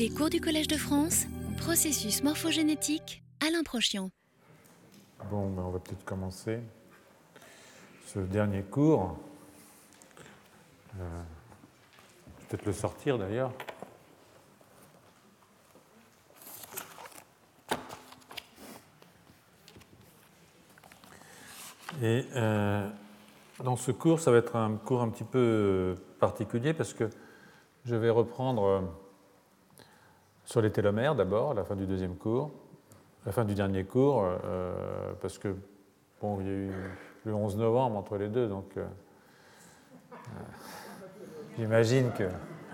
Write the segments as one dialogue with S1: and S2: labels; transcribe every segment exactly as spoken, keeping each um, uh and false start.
S1: Les cours du Collège de France, processus morphogénétique, Alain Prochian.
S2: Bon, ben on va peut-être commencer ce dernier cours. Euh, peut-être le sortir d'ailleurs. Et euh, dans ce cours, ça va être un cours un petit peu particulier parce que je vais reprendre euh, sur les télomères d'abord, à la fin du deuxième cours, à la fin du dernier cours, euh, parce que bon, il y a eu le onze novembre entre les deux, donc euh, euh, j'imagine que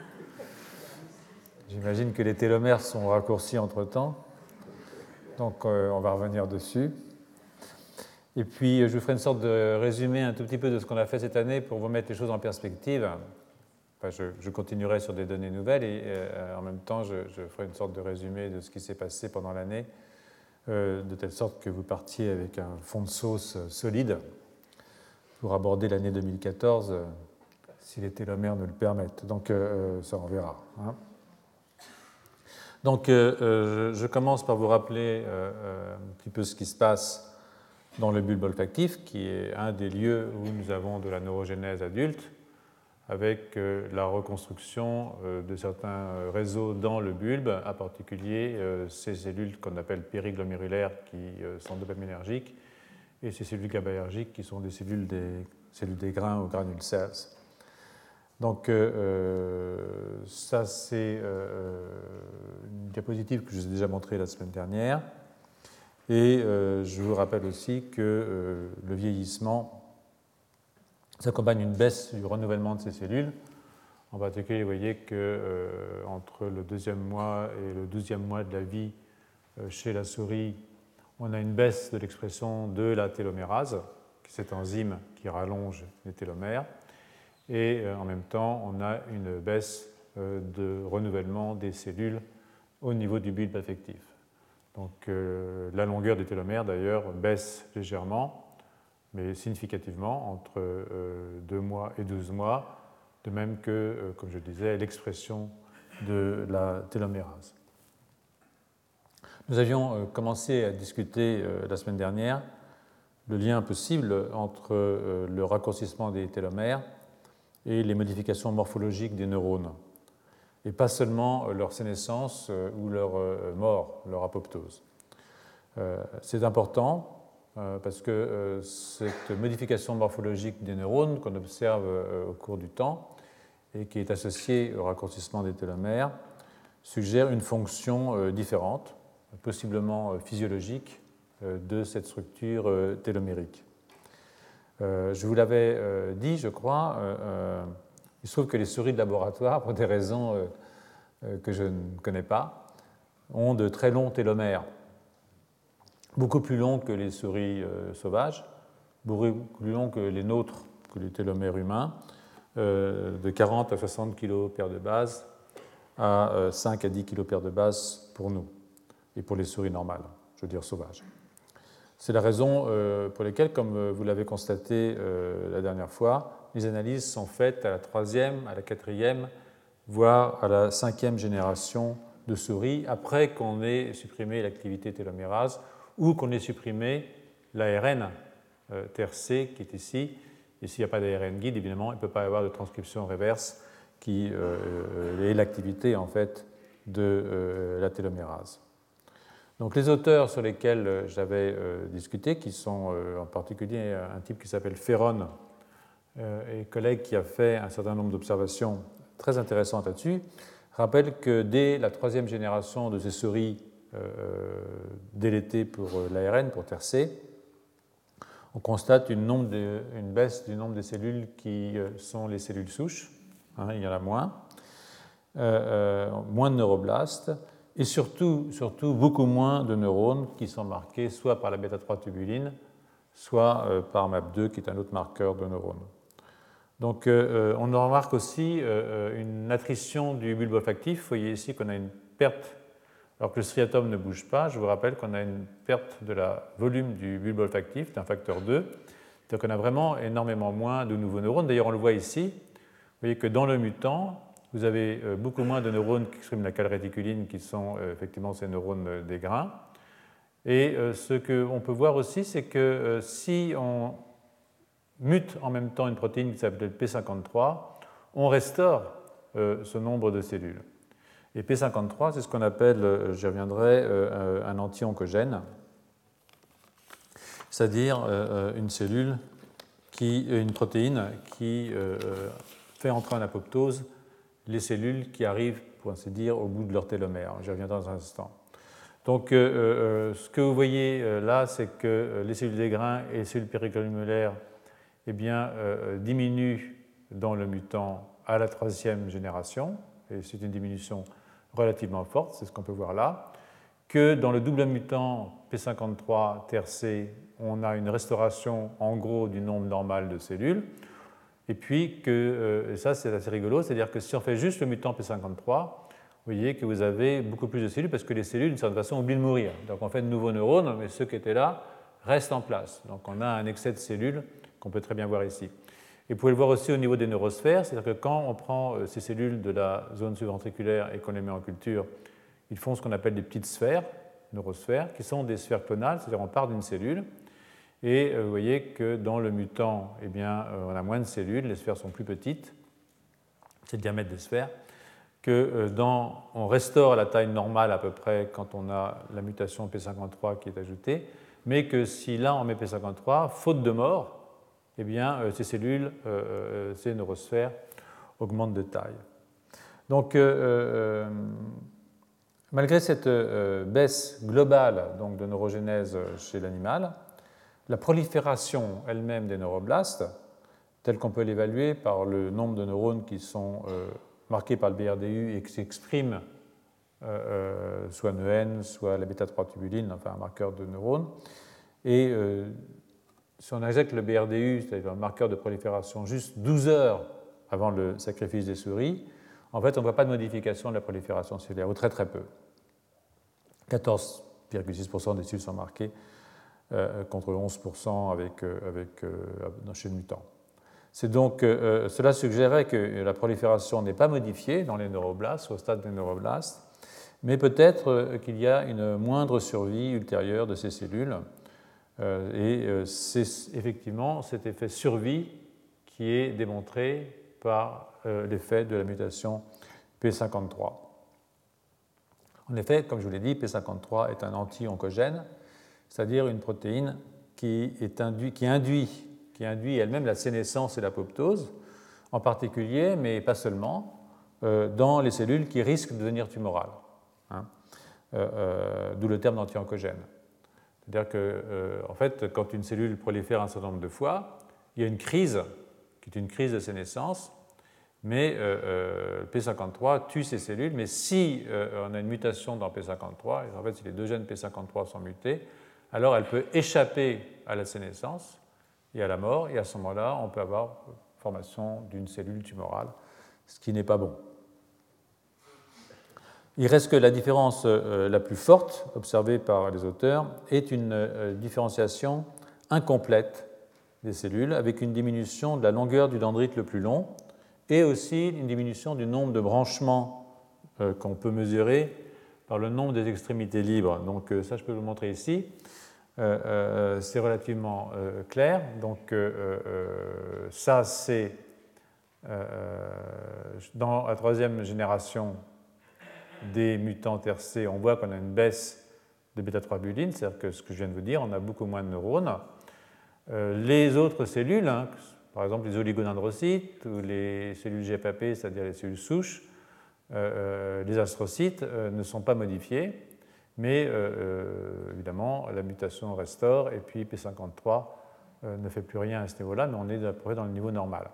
S2: j'imagine que les télomères sont raccourcis entre-temps, donc euh, on va revenir dessus. Et puis, je vous ferai une sorte de résumé un tout petit peu de ce qu'on a fait cette année pour vous mettre les choses en perspective. Enfin, je, je continuerai sur des données nouvelles et euh, en même temps, je, je ferai une sorte de résumé de ce qui s'est passé pendant l'année, euh, de telle sorte que vous partiez avec un fond de sauce solide pour aborder l'année deux mille quatorze, euh, si les télomères nous le permettent. Donc, euh, ça, on verra. Hein. Donc, euh, je, je commence par vous rappeler euh, un petit peu ce qui se passe dans le bulbe olfactif, qui est un des lieux où nous avons de la neurogénèse adulte, avec euh, la reconstruction euh, de certains euh, réseaux dans le bulbe, en particulier euh, ces cellules qu'on appelle périglomérulaires qui euh, sont dopaminergiques, et ces cellules GABAergiques qui sont des cellules des, cellules des grains ou granule cells. Donc euh, ça, c'est euh, une diapositive que je vous ai déjà montrée la semaine dernière. Et euh, je vous rappelle aussi que euh, le vieillissement s'accompagne d'une baisse du renouvellement de ces cellules. En particulier, vous voyez qu'entre euh, le deuxième mois et le douzième mois de la vie euh, chez la souris, on a une baisse de l'expression de la télomérase, qui est cette enzyme qui rallonge les télomères. Et euh, en même temps, on a une baisse euh, de renouvellement des cellules au niveau du bulbe affectif. Donc euh, la longueur des télomères, d'ailleurs, baisse légèrement, mais significativement, entre euh, deux mois et douze mois, de même que, euh, comme je disais, l'expression de la télomérase. Nous avions euh, commencé à discuter euh, la semaine dernière le lien possible entre euh, le raccourcissement des télomères et les modifications morphologiques des neurones, et pas seulement leur sénescence euh, ou leur euh, mort, leur apoptose. Euh, c'est important euh, parce que euh, cette modification morphologique des neurones qu'on observe euh, au cours du temps et qui est associée au raccourcissement des télomères suggère une fonction euh, différente, possiblement euh, physiologique, euh, de cette structure euh, télomérique. Euh, je vous l'avais euh, dit, je crois, euh, euh, il se trouve que les souris de laboratoire, pour des raisons euh, euh, que je ne connais pas, ont de très longs télomères, beaucoup plus longs que les souris euh, sauvages, beaucoup plus longs que les nôtres, que les télomères humains, euh, de quarante à soixante kilopaires de base à euh, cinq à dix kilopaires de base pour nous, et pour les souris normales, je veux dire sauvages. C'est la raison euh, pour laquelle, comme vous l'avez constaté euh, la dernière fois, les analyses sont faites à la troisième, à la quatrième, voire à la cinquième génération de souris, après qu'on ait supprimé l'activité télomérase ou qu'on ait supprimé l'A R N euh, tercé qui est ici. Et s'il n'y a pas d'A R N guide, évidemment, il ne peut pas y avoir de transcription reverse qui euh, est l'activité en fait de euh, la télomérase. Donc les auteurs sur lesquels j'avais euh, discuté, qui sont euh, en particulier un type qui s'appelle Ferron, euh, et collègue qui a fait un certain nombre d'observations très intéressantes là-dessus, rappellent que dès la troisième génération de ces souris euh, délétées pour l'A R N, pour tercé, on constate une, nombre de, une baisse du nombre de cellules qui euh, sont les cellules souches, hein, il y en a moins, euh, euh, moins de neuroblastes, et surtout, surtout beaucoup moins de neurones qui sont marqués soit par la bêta trois tubuline, soit euh, par M A P deux, qui est un autre marqueur de neurones. Donc euh, on remarque aussi euh, une attrition du bulbe olfactif. Vous voyez ici qu'on a une perte, alors que le striatum ne bouge pas. Je vous rappelle qu'on a une perte de la volume du bulbe olfactif d'un facteur deux. Donc on a vraiment énormément moins de nouveaux neurones. D'ailleurs, on le voit ici. Vous voyez que dans le mutant, vous avez beaucoup moins de neurones qui expriment la calréticuline, qui sont effectivement ces neurones des grains. Et ce qu'on peut voir aussi, c'est que si on mute en même temps une protéine qui s'appelle P cinquante-trois, on restaure ce nombre de cellules. Et P cinquante-trois, c'est ce qu'on appelle, j'y reviendrai, un anti-oncogène, c'est-à-dire une cellule, qui, une protéine qui fait entrer en apoptose les cellules qui arrivent, pour ainsi dire, au bout de leur télomère. J'y reviendrai dans un instant. Donc, euh, ce que vous voyez euh, là, c'est que les cellules des grains et les cellules péricellulaires eh bien, euh, diminuent dans le mutant à la troisième génération, et c'est une diminution relativement forte, c'est ce qu'on peut voir là, que dans le double mutant P cinquante-trois T R C, on a une restauration en gros du nombre normal de cellules, et puis que, euh, et ça c'est assez rigolo, c'est-à-dire que si on fait juste le mutant P cinquante-trois, vous voyez que vous avez beaucoup plus de cellules parce que les cellules, d'une certaine façon, oublient de mourir. Donc on fait de nouveaux neurones, mais ceux qui étaient là restent en place. Donc on a un excès de cellules qu'on peut très bien voir ici. Et vous pouvez le voir aussi au niveau des neurosphères, c'est-à-dire que quand on prend ces cellules de la zone subventriculaire et qu'on les met en culture, ils font ce qu'on appelle des petites sphères, neurosphères, qui sont des sphères clonales, c'est-à-dire on part d'une cellule. Et vous voyez que dans le mutant, eh bien, on a moins de cellules, les sphères sont plus petites, c'est le diamètre des sphères, que dans, on restaure la taille normale à peu près quand on a la mutation P cinquante-trois qui est ajoutée, mais que si là on met P cinquante-trois, faute de mort, eh bien, ces cellules, euh, ces neurosphères augmentent de taille. Donc, euh, euh, malgré cette euh, baisse globale donc, de neurogénèse chez l'animal, la prolifération elle-même des neuroblastes, telle qu'on peut l'évaluer par le nombre de neurones qui sont euh, marqués par le B R D U et qui s'expriment euh, soit N E N, soit la bêta trois tubuline, enfin un marqueur de neurones. Et euh, si on injecte le B R D U, c'est-à-dire un marqueur de prolifération, juste douze heures avant le sacrifice des souris, en fait, on ne voit pas de modification de la prolifération cellulaire, ou très très peu. quatorze virgule six pour cent des cellules sont marquées, euh, contre onze pour cent avec, euh, avec, euh, chez le mutant. C'est donc, euh, cela suggérait que la prolifération n'est pas modifiée dans les neuroblastes, au stade des neuroblastes, mais peut-être euh, qu'il y a une moindre survie ultérieure de ces cellules. Euh, et euh, c'est effectivement cet effet survie qui est démontré par euh, l'effet de la mutation P cinquante-trois. En effet, comme je vous l'ai dit, P cinquante-trois est un anti-oncogène, c'est-à-dire une protéine qui, est induit, qui induit qui induit elle-même la sénescence et l'apoptose, en particulier, mais pas seulement, euh, dans les cellules qui risquent de devenir tumorales. Hein. Euh, euh, d'où le terme d'anti-oncogène. C'est-à-dire que, euh, en fait, quand une cellule prolifère un certain nombre de fois, il y a une crise, qui est une crise de sénescence, mais euh, euh, P cinquante-trois tue ces cellules, mais si euh, on a une mutation dans P cinquante-trois, et en fait, si les deux gènes P cinquante-trois sont mutés, alors elle peut échapper à la sénescence, et à la mort, et à ce moment-là, on peut avoir formation d'une cellule tumorale, ce qui n'est pas bon. Il reste que la différence euh, la plus forte observée par les auteurs est une euh, différenciation incomplète des cellules, avec une diminution de la longueur du dendrite le plus long, et aussi une diminution du nombre de branchements euh, qu'on peut mesurer par le nombre des extrémités libres. Donc euh, ça, je peux vous le montrer ici. Euh, euh, c'est relativement euh, clair. Donc euh, euh, ça, c'est euh, dans la troisième génération des mutants T R C, on voit qu'on a une baisse de bêta trois buline, c'est-à-dire que ce que je viens de vous dire, on a beaucoup moins de neurones. Euh, les autres cellules, hein, par exemple les oligodendrocytes ou les cellules G F A P, c'est-à-dire les cellules souches, euh, les astrocytes, euh, ne sont pas modifiés. Mais euh, évidemment, la mutation restaure et puis P cinquante-trois euh, ne fait plus rien à ce niveau-là, mais on est à peu près dans le niveau normal.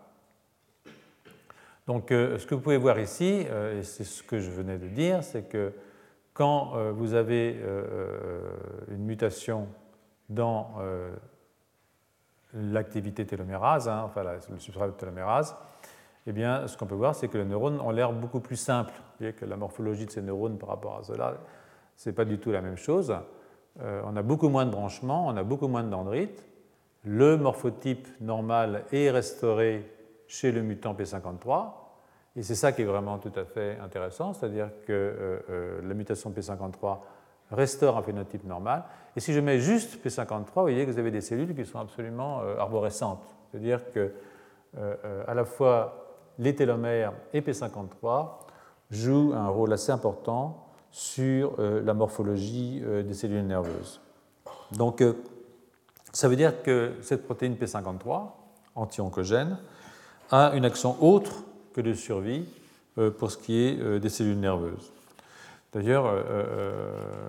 S2: Donc, euh, ce que vous pouvez voir ici, euh, et c'est ce que je venais de dire, c'est que quand euh, vous avez euh, une mutation dans euh, l'activité télomérase, hein, enfin la, le substrat de télomérase, eh bien, ce qu'on peut voir, c'est que les neurones ont l'air beaucoup plus simples. Vous voyez que la morphologie de ces neurones par rapport à cela, ce n'est pas du tout la même chose. Euh, on a beaucoup moins de branchements, on a beaucoup moins de dendrites. Le morphotype normal est restauré chez le mutant P cinquante-trois, Et c'est ça qui est vraiment tout à fait intéressant, c'est-à-dire que euh, euh, la mutation P cinquante-trois restaure un phénotype normal. Et si je mets juste P cinquante-trois, vous voyez que vous avez des cellules qui sont absolument euh, arborescentes. C'est-à-dire que euh, euh, à la fois les télomères et P cinquante-trois jouent un rôle assez important sur euh, la morphologie euh, des cellules nerveuses. Donc, euh, ça veut dire que cette protéine P cinquante-trois, anti-oncogène, a une action autre que de survie euh, pour ce qui est euh, des cellules nerveuses. D'ailleurs, euh, euh,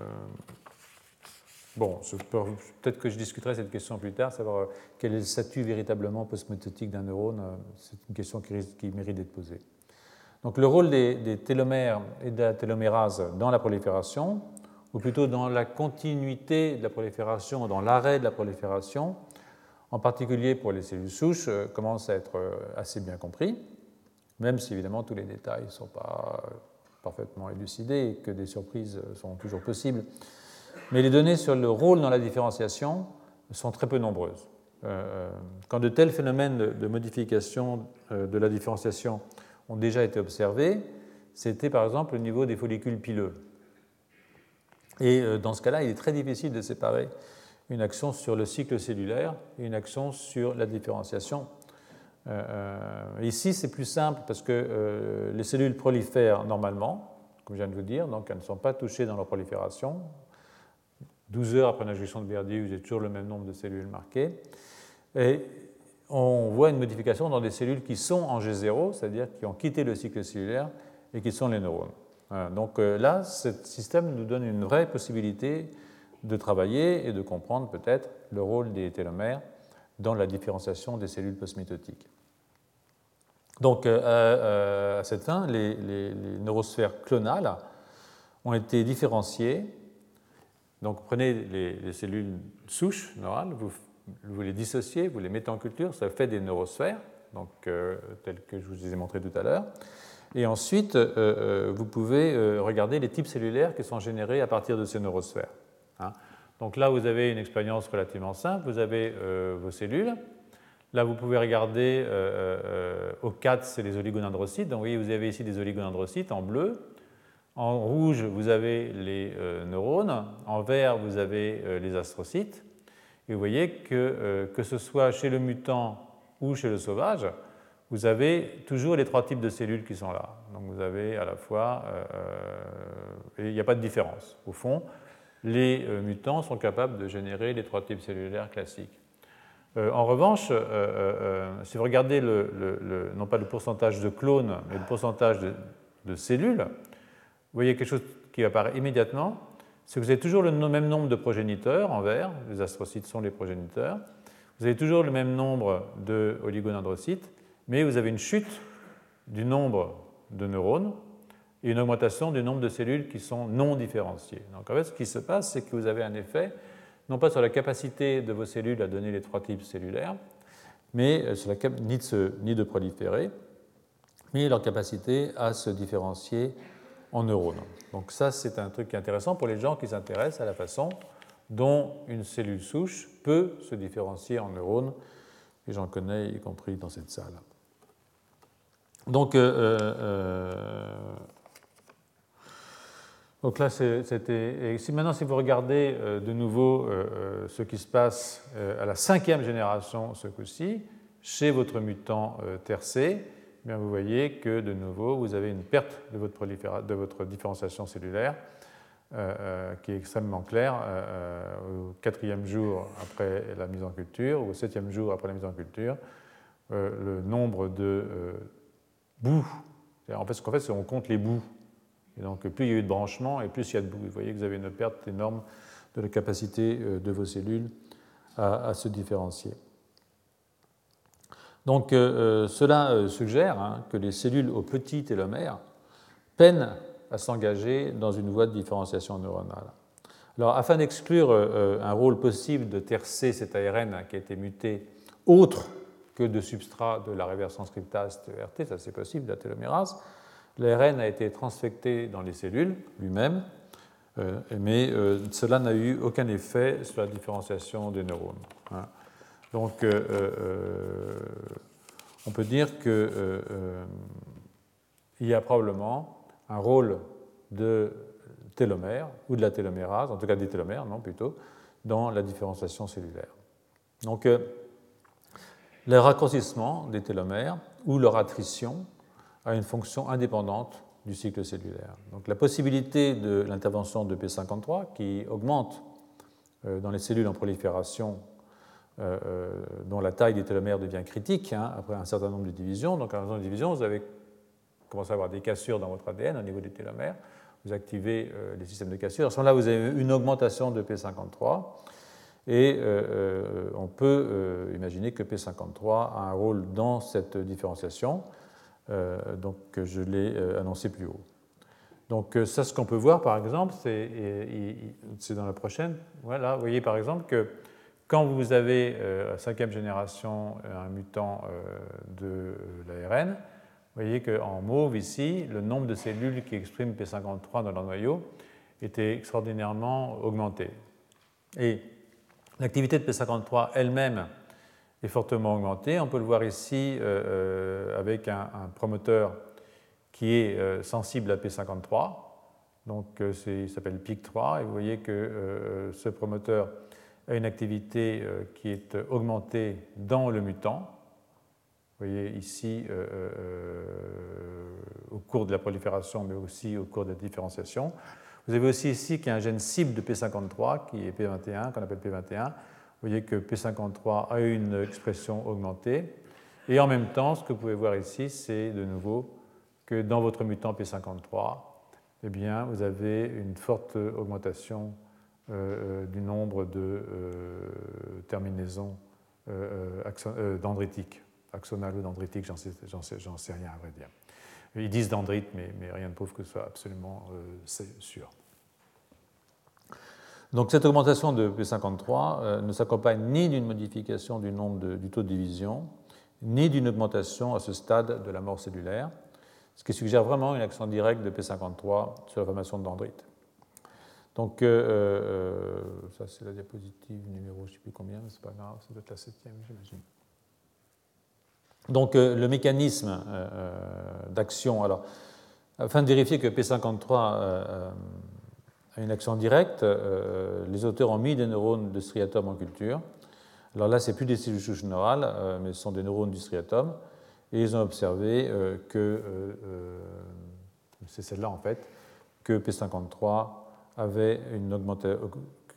S2: bon, peut-être que je discuterai cette question plus tard, savoir quel est le statut véritablement postmétotique d'un neurone. C'est une question qui, risque, qui mérite d'être posée. Donc, le rôle des, des télomères et de la télomérase dans la prolifération, ou plutôt dans la continuité de la prolifération, dans l'arrêt de la prolifération, en particulier pour les cellules souches, euh, commence à être euh, assez bien compris, même si évidemment tous les détails ne sont pas euh, parfaitement élucidés et que des surprises sont toujours possibles. Mais les données sur le rôle dans la différenciation sont très peu nombreuses. Euh, quand de tels phénomènes de, de modification euh, de la différenciation ont déjà été observés, c'était par exemple au niveau des follicules pileux. Et euh, dans ce cas-là, il est très difficile de séparer une action sur le cycle cellulaire et une action sur la différenciation. Euh, ici, c'est plus simple parce que euh, les cellules prolifèrent normalement, comme je viens de vous dire, donc elles ne sont pas touchées dans leur prolifération. douze heures après l'injection de B R D U, j'ai toujours le même nombre de cellules marquées. Et on voit une modification dans des cellules qui sont en G zéro, c'est-à-dire qui ont quitté le cycle cellulaire et qui sont les neurones. Voilà. Donc euh, là, ce système nous donne une vraie possibilité de travailler et de comprendre peut-être le rôle des télomères dans la différenciation des cellules postmitotiques. Donc, euh, euh, à cette fin, les, les, les neurosphères clonales ont été différenciées. Donc, prenez les, les cellules souches neurales, vous, vous les dissociez, vous les mettez en culture, ça fait des neurosphères, donc, euh, telles que je vous les ai montrées tout à l'heure. Et ensuite, euh, euh, vous pouvez euh, regarder les types cellulaires qui sont générés à partir de ces neurosphères. Hein. Donc là, vous avez une expérience relativement simple. Vous avez euh, vos cellules. Là, vous pouvez regarder euh, euh, O quatre, c'est les oligodendrocytes. Donc, vous voyez, vous avez ici des oligodendrocytes en bleu. En rouge, vous avez les euh, neurones. En vert, vous avez euh, les astrocytes. Et vous voyez que, euh, que ce soit chez le mutant ou chez le sauvage, vous avez toujours les trois types de cellules qui sont là. Donc, vous avez à la fois... Euh, et il n'y a pas de différence. Au fond, les euh, mutants sont capables de générer les trois types cellulaires classiques. Euh, en revanche, euh, euh, si vous regardez le, le, le, non pas le pourcentage de clones, mais le pourcentage de, de cellules, vous voyez quelque chose qui apparaît immédiatement, c'est que vous avez toujours le même nombre de progéniteurs en vert, les astrocytes sont les progéniteurs, vous avez toujours le même nombre de oligodendrocytes, mais vous avez une chute du nombre de neurones et une augmentation du nombre de cellules qui sont non différenciées. Donc en fait, ce qui se passe, c'est que vous avez un effet, non pas sur la capacité de vos cellules à donner les trois types cellulaires, mais sur la cap- ni, de se, ni de proliférer, mais leur capacité à se différencier en neurones. Donc ça, c'est un truc intéressant pour les gens qui s'intéressent à la façon dont une cellule souche peut se différencier en neurones, et j'en connais y compris dans cette salle. Donc, euh, euh, donc là, c'était. Et si, maintenant, si vous regardez euh, de nouveau euh, ce qui se passe euh, à la cinquième génération, ce coup-ci, chez votre mutant euh, tercé, eh bien, vous voyez que de nouveau, vous avez une perte de votre, proliféra... de votre différenciation cellulaire euh, euh, qui est extrêmement claire euh, au quatrième jour après la mise en culture ou au septième jour après la mise en culture. Euh, le nombre de euh, bouts, en fait, ce qu'on fait, c'est qu'on compte les bouts. Et donc, plus il y a eu de branchements et plus il y a de bouts. Vous voyez que vous avez une perte énorme de la capacité de vos cellules à, à se différencier. Donc, euh, cela suggère hein, que les cellules aux petits télomères peinent à s'engager dans une voie de différenciation neuronale. Alors, afin d'exclure euh, un rôle possible de tercer cet A R N hein, qui a été muté autre que de substrat de la reverse transcriptase T E R T, ça c'est possible, la télomérase, l'A R N a été transfecté dans les cellules lui-même, euh, mais euh, cela n'a eu aucun effet sur la différenciation des neurones. Hein. Donc, euh, euh, on peut dire que euh, euh, il y a probablement un rôle de télomère, ou de la télomérase, en tout cas des télomères, non, plutôt, dans la différenciation cellulaire. Donc, euh, le raccourcissement des télomères ou leur attrition a une fonction indépendante du cycle cellulaire. Donc, la possibilité de l'intervention de P cinquante-trois, qui augmente euh, dans les cellules en prolifération, euh, euh, dont la taille des télomères devient critique hein, après un certain nombre de divisions. Donc, à un certain nombre de divisions, vous avez commencé à avoir des cassures dans votre A D N au niveau des télomères. Vous activez euh, les systèmes de cassure. À ce moment-là, vous avez une augmentation de P cinquante-trois. Et euh, on peut euh, imaginer que P cinquante-trois a un rôle dans cette différenciation, euh, donc je l'ai euh, annoncé plus haut. Donc ça, ce qu'on peut voir par exemple, c'est dans la prochaine. Voilà, vous voyez par exemple que quand vous avez euh, à cinquième génération un mutant euh, de l'A R N, vous voyez qu'en mauve ici, le nombre de cellules qui expriment P cinquante-trois dans leur noyau était extraordinairement augmenté. Et l'activité de P cinquante-trois elle-même est fortement augmentée. On peut le voir ici euh, avec un, un promoteur qui est euh, sensible à P cinquante-trois. Donc, euh, il s'appelle P I C trois. Et vous voyez que euh, ce promoteur a une activité euh, qui est augmentée dans le mutant. Vous voyez ici euh, euh, au cours de la prolifération, mais aussi au cours de la différenciation. Vous avez aussi ici qu'il y a un gène cible de P cinquante-trois qui est P vingt et un, qu'on appelle P vingt et un. Vous voyez que P cinquante-trois a une expression augmentée. Et en même temps, ce que vous pouvez voir ici, c'est de nouveau que dans votre mutant P cinquante-trois, eh bien, vous avez une forte augmentation euh, du nombre de euh, terminaisons euh, euh, dendritiques, axonales ou dendritiques, j'en sais, sais, sais rien à vrai dire. Ils disent dendrite, mais, mais rien ne prouve que ce soit absolument euh, sûr. Donc cette augmentation de P cinquante-trois euh, ne s'accompagne ni d'une modification du nombre de, du taux de division, ni d'une augmentation à ce stade de la mort cellulaire, ce qui suggère vraiment une action directe de P cinquante-trois sur la formation de dendrites. Donc euh, euh, ça c'est la diapositive numéro je ne sais plus combien, mais ce n'est pas grave, ça doit être la septième, j'imagine. Donc euh, le mécanisme euh, d'action, alors afin de vérifier que P cinquante-trois euh, a une action directe, euh, les auteurs ont mis des neurones de striatum en culture. Alors là, ce n'est plus des cellules souches neurales, euh, mais ce sont des neurones du striatum, et ils ont observé euh, que, euh, euh, c'est celle-là en fait, que P cinquante-trois avait une augmentation,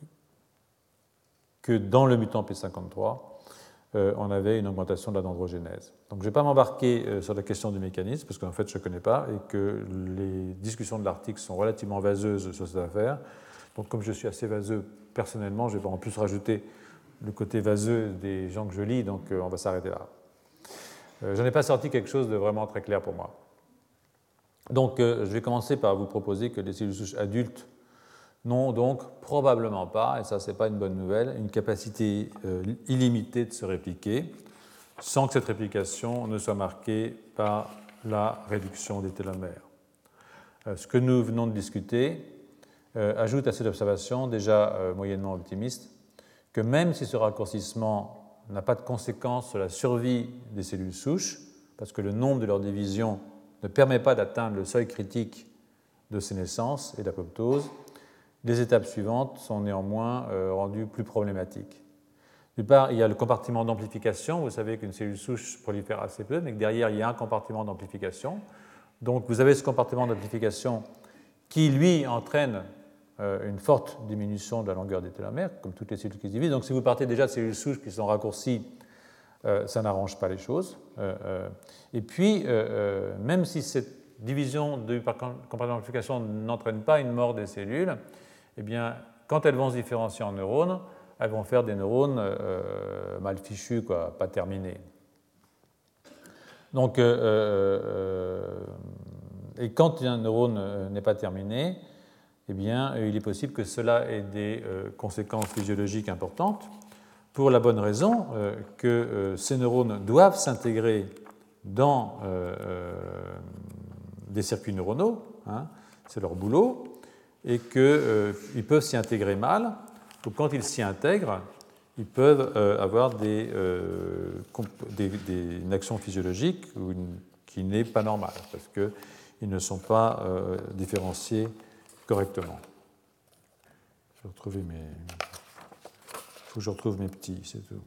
S2: que dans le mutant P cinquante-trois, Euh, on avait une augmentation de la dendrogénèse. Donc je ne vais pas m'embarquer euh, sur la question du mécanisme, parce qu'en fait je ne connais pas, et que les discussions de l'article sont relativement vaseuses sur cette affaire. Donc comme je suis assez vaseux personnellement, je vais en plus rajouter le côté vaseux des gens que je lis, donc euh, on va s'arrêter là. Euh, je n'en ai pas sorti quelque chose de vraiment très clair pour moi. Donc euh, je vais commencer par vous proposer que les cellules souches adultes n'ont donc probablement pas, et ça c'est pas une bonne nouvelle, une capacité euh, illimitée de se répliquer sans que cette réplication ne soit marquée par la réduction des télomères. Euh, ce que nous venons de discuter euh, ajoute à cette observation déjà euh, moyennement optimiste que même si ce raccourcissement n'a pas de conséquence sur la survie des cellules souches, parce que le nombre de leurs divisions ne permet pas d'atteindre le seuil critique de sénescence et d'apoptose, les étapes suivantes sont néanmoins euh, rendues plus problématiques. D'une part, il y a le compartiment d'amplification. Vous savez qu'une cellule souche prolifère assez peu, mais que derrière, il y a un compartiment d'amplification. Donc, vous avez ce compartiment d'amplification qui, lui, entraîne euh, une forte diminution de la longueur des télomères, comme toutes les cellules qui se divisent. Donc, si vous partez déjà de cellules souches qui sont raccourcies, euh, ça n'arrange pas les choses. Euh, euh, et puis, euh, même si cette division du compartiment d'amplification n'entraîne pas une mort des cellules, eh bien, quand elles vont se différencier en neurones, elles vont faire des neurones euh, mal fichus, quoi, pas terminés. Donc, euh, euh, et quand un neurone n'est pas terminé, eh bien, il est possible que cela ait des euh, conséquences physiologiques importantes, pour la bonne raison euh, que euh, ces neurones doivent s'intégrer dans euh, euh, des circuits neuronaux, hein, c'est leur boulot, et qu'ils euh, peuvent s'y intégrer mal, ou quand ils s'y intègrent, ils peuvent euh, avoir des, euh, des, des, une action physiologique ou une, qui n'est pas normale, parce ils ne sont pas euh, différenciés correctement. Je vais retrouver mes... Il faut que je retrouve mes petits, c'est tout.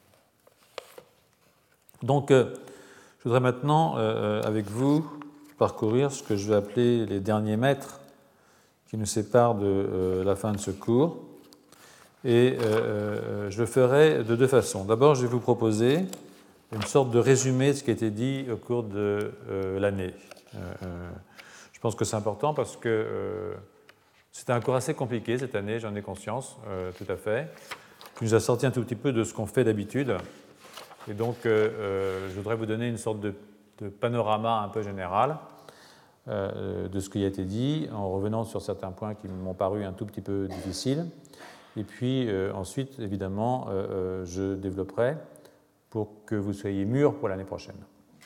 S2: Donc, euh, je voudrais maintenant, euh, avec vous, parcourir ce que je vais appeler les derniers mètres qui nous séparent de euh, la fin de ce cours. Et euh, je le ferai de deux façons. D'abord, je vais vous proposer une sorte de résumé de ce qui a été dit au cours de euh, l'année. Euh, je pense que c'est important parce que euh, c'était un cours assez compliqué cette année, j'en ai conscience, euh, tout à fait, qui nous a sorti un tout petit peu de ce qu'on fait d'habitude. Et donc, euh, je voudrais vous donner une sorte de, de panorama un peu général euh, de ce qui a été dit, en revenant sur certains points qui m'ont paru un tout petit peu difficiles. Et puis, euh, ensuite, évidemment, euh, je développerai pour que vous soyez mûrs pour l'année prochaine.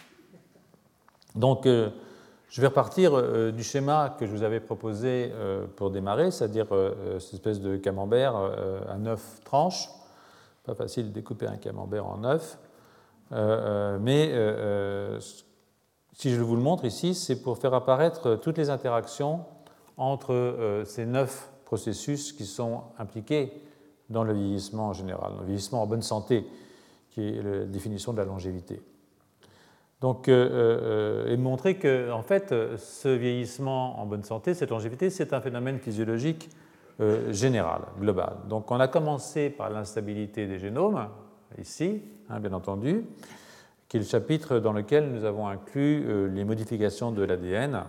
S2: Donc, euh, je vais repartir euh, du schéma que je vous avais proposé euh, pour démarrer, c'est-à-dire euh, cette espèce de camembert euh, à neuf tranches. Pas facile de découper un camembert en neuf. Euh, euh, mais euh, si je vous le montre ici, c'est pour faire apparaître toutes les interactions entre euh, ces neuf processus qui sont impliqués dans le vieillissement en général, le vieillissement en bonne santé, qui est la définition de la longévité. Donc, euh, euh, et montrer que, en fait, ce vieillissement en bonne santé, cette longévité, c'est un phénomène physiologique euh, général, global. Donc, on a commencé par l'instabilité des génomes, ici, hein, bien entendu, qui est le chapitre dans lequel nous avons inclus euh, les modifications de l'A D N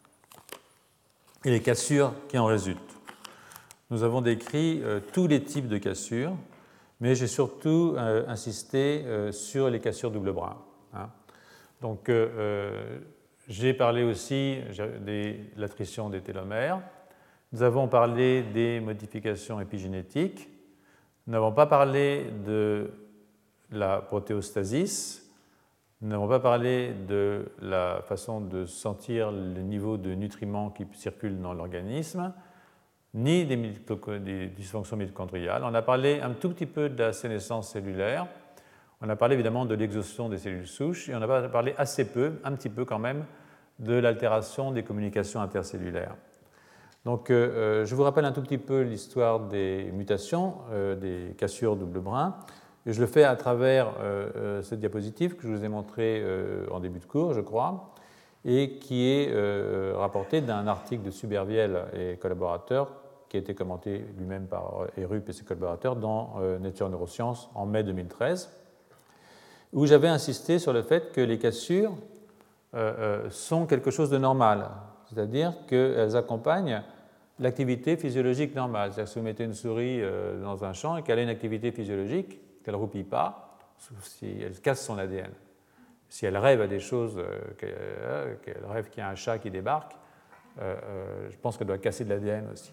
S2: et les cassures qui en résultent. Nous avons décrit euh, tous les types de cassures, mais j'ai surtout euh, insisté euh, sur les cassures double brin. Hein. Donc, euh, euh, j'ai parlé aussi de l'attrition des télomères. Nous avons parlé des modifications épigénétiques. Nous n'avons pas parlé de la protéostasis. Nous n'avons pas parlé de la façon de sentir le niveau de nutriments qui circulent dans l'organisme, ni des, des dysfonctions mitochondriales. On a parlé un tout petit peu de la sénescence cellulaire. On a parlé évidemment de l'exhaustion des cellules souches et on a parlé assez peu, un petit peu quand même, de l'altération des communications intercellulaires. Donc, euh, je vous rappelle un tout petit peu l'histoire des mutations, euh, des cassures double brin. Et je le fais à travers euh, cette diapositive que je vous ai montrée euh, en début de cours, je crois, et qui est euh, rapportée d'un article de Suberviel et collaborateurs qui a été commenté lui-même par Erup et ses collaborateurs dans euh, Nature Neurosciences en mai deux mille treize, où j'avais insisté sur le fait que les cassures euh, euh, sont quelque chose de normal, c'est-à-dire qu'elles accompagnent l'activité physiologique normale. C'est-à-dire que si vous mettez une souris euh, dans un champ et qu'elle a une activité physiologique, qu'elle ne roupille pas, sauf si elle casse son A D N. Si elle rêve à des choses, euh, qu'elle, euh, qu'elle rêve qu'il y a un chat qui débarque, euh, euh, je pense qu'elle doit casser de l'A D N aussi.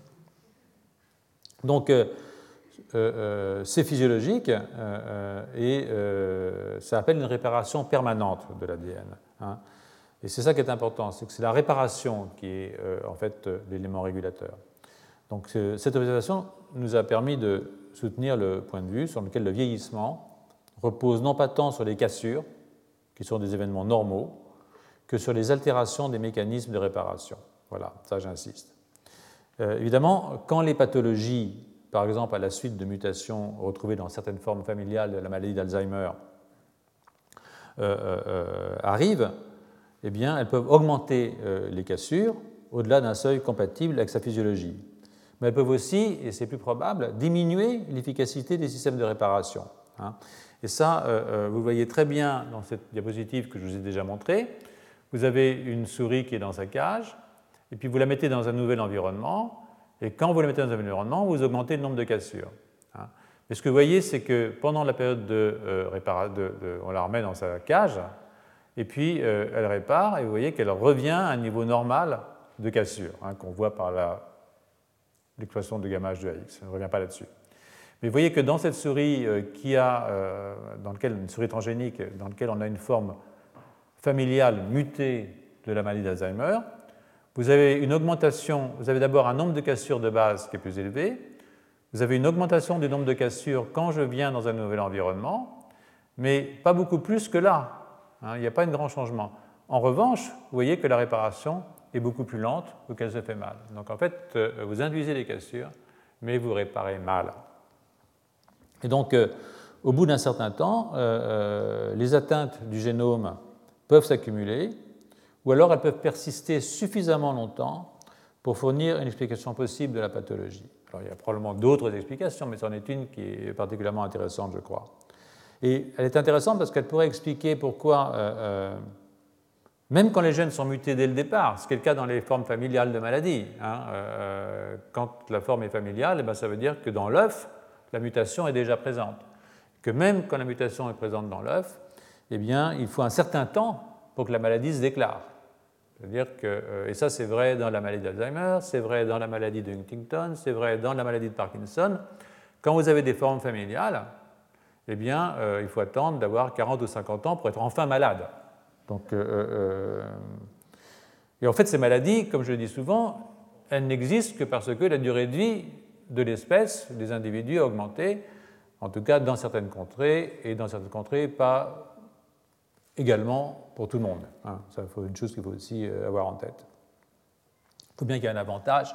S2: Donc, euh, euh, c'est physiologique euh, euh, et euh, ça appelle une réparation permanente de l'A D N. Hein. Et c'est ça qui est important, c'est que c'est la réparation qui est euh, en fait l'élément régulateur. Donc, euh, cette observation nous a permis de soutenir le point de vue sur lequel le vieillissement repose non pas tant sur les cassures, qui sont des événements normaux, que sur les altérations des mécanismes de réparation. Voilà, ça j'insiste. Euh, évidemment, quand les pathologies, par exemple à la suite de mutations retrouvées dans certaines formes familiales de la maladie d'Alzheimer, euh, euh, arrivent, eh bien, elles peuvent augmenter euh, les cassures au-delà d'un seuil compatible avec sa physiologie. Mais elles peuvent aussi, et c'est plus probable, diminuer l'efficacité des systèmes de réparation. Hein. Et ça, euh, vous le voyez très bien dans cette diapositive que je vous ai déjà montrée. Vous avez une souris qui est dans sa cage, et puis vous la mettez dans un nouvel environnement, et quand vous la mettez dans un nouvel environnement, vous augmentez le nombre de cassures. Hein. Mais ce que vous voyez, c'est que pendant la période de, euh, réparation, de, de, on la remet dans sa cage, et puis euh, elle répare, et vous voyez qu'elle revient à un niveau normal de cassure, hein, qu'on voit par la l'équation de gamma H de A X. Je ne reviens pas là-dessus. Mais vous voyez que dans cette souris euh, qui a, euh, dans lequel, une souris transgénique dans laquelle on a une forme familiale mutée de la maladie d'Alzheimer, vous avez une augmentation, vous avez d'abord un nombre de cassures de base qui est plus élevé, vous avez une augmentation du nombre de cassures quand je viens dans un nouvel environnement, mais pas beaucoup plus que là. Hein, il n'y a pas un grand changement. En revanche, vous voyez que la réparation est beaucoup plus lente ou qu'elle se fait mal. Donc en fait, euh, vous induisez des cassures, mais vous réparez mal. Et donc, euh, au bout d'un certain temps, euh, euh, les atteintes du génome peuvent s'accumuler, ou alors elles peuvent persister suffisamment longtemps pour fournir une explication possible de la pathologie. Alors, il y a probablement d'autres explications, mais c'en est une qui est particulièrement intéressante, je crois. Et elle est intéressante parce qu'elle pourrait expliquer pourquoi, euh, euh, même quand les gènes sont mutés dès le départ, ce qui est le cas dans les formes familiales de maladies, hein, euh, quand la forme est familiale, eh bien, ça veut dire que dans l'œuf, la mutation est déjà présente. Que même quand la mutation est présente dans l'œuf, eh bien, il faut un certain temps pour que la maladie se déclare. C'est-à-dire que, et ça c'est vrai dans la maladie d'Alzheimer, c'est vrai dans la maladie de Huntington, c'est vrai dans la maladie de Parkinson. Quand vous avez des formes familiales, eh bien, euh, il faut attendre d'avoir quarante ou cinquante ans pour être enfin malade. Donc, euh, euh, et en fait, ces maladies, comme je le dis souvent, elles n'existent que parce que la durée de vie de l'espèce, des individus, a augmenté, en tout cas dans certaines contrées, et dans certaines contrées, pas également pour tout le monde. Hein. C'est une chose qu'il faut aussi avoir en tête. Il faut bien qu'il y ait un avantage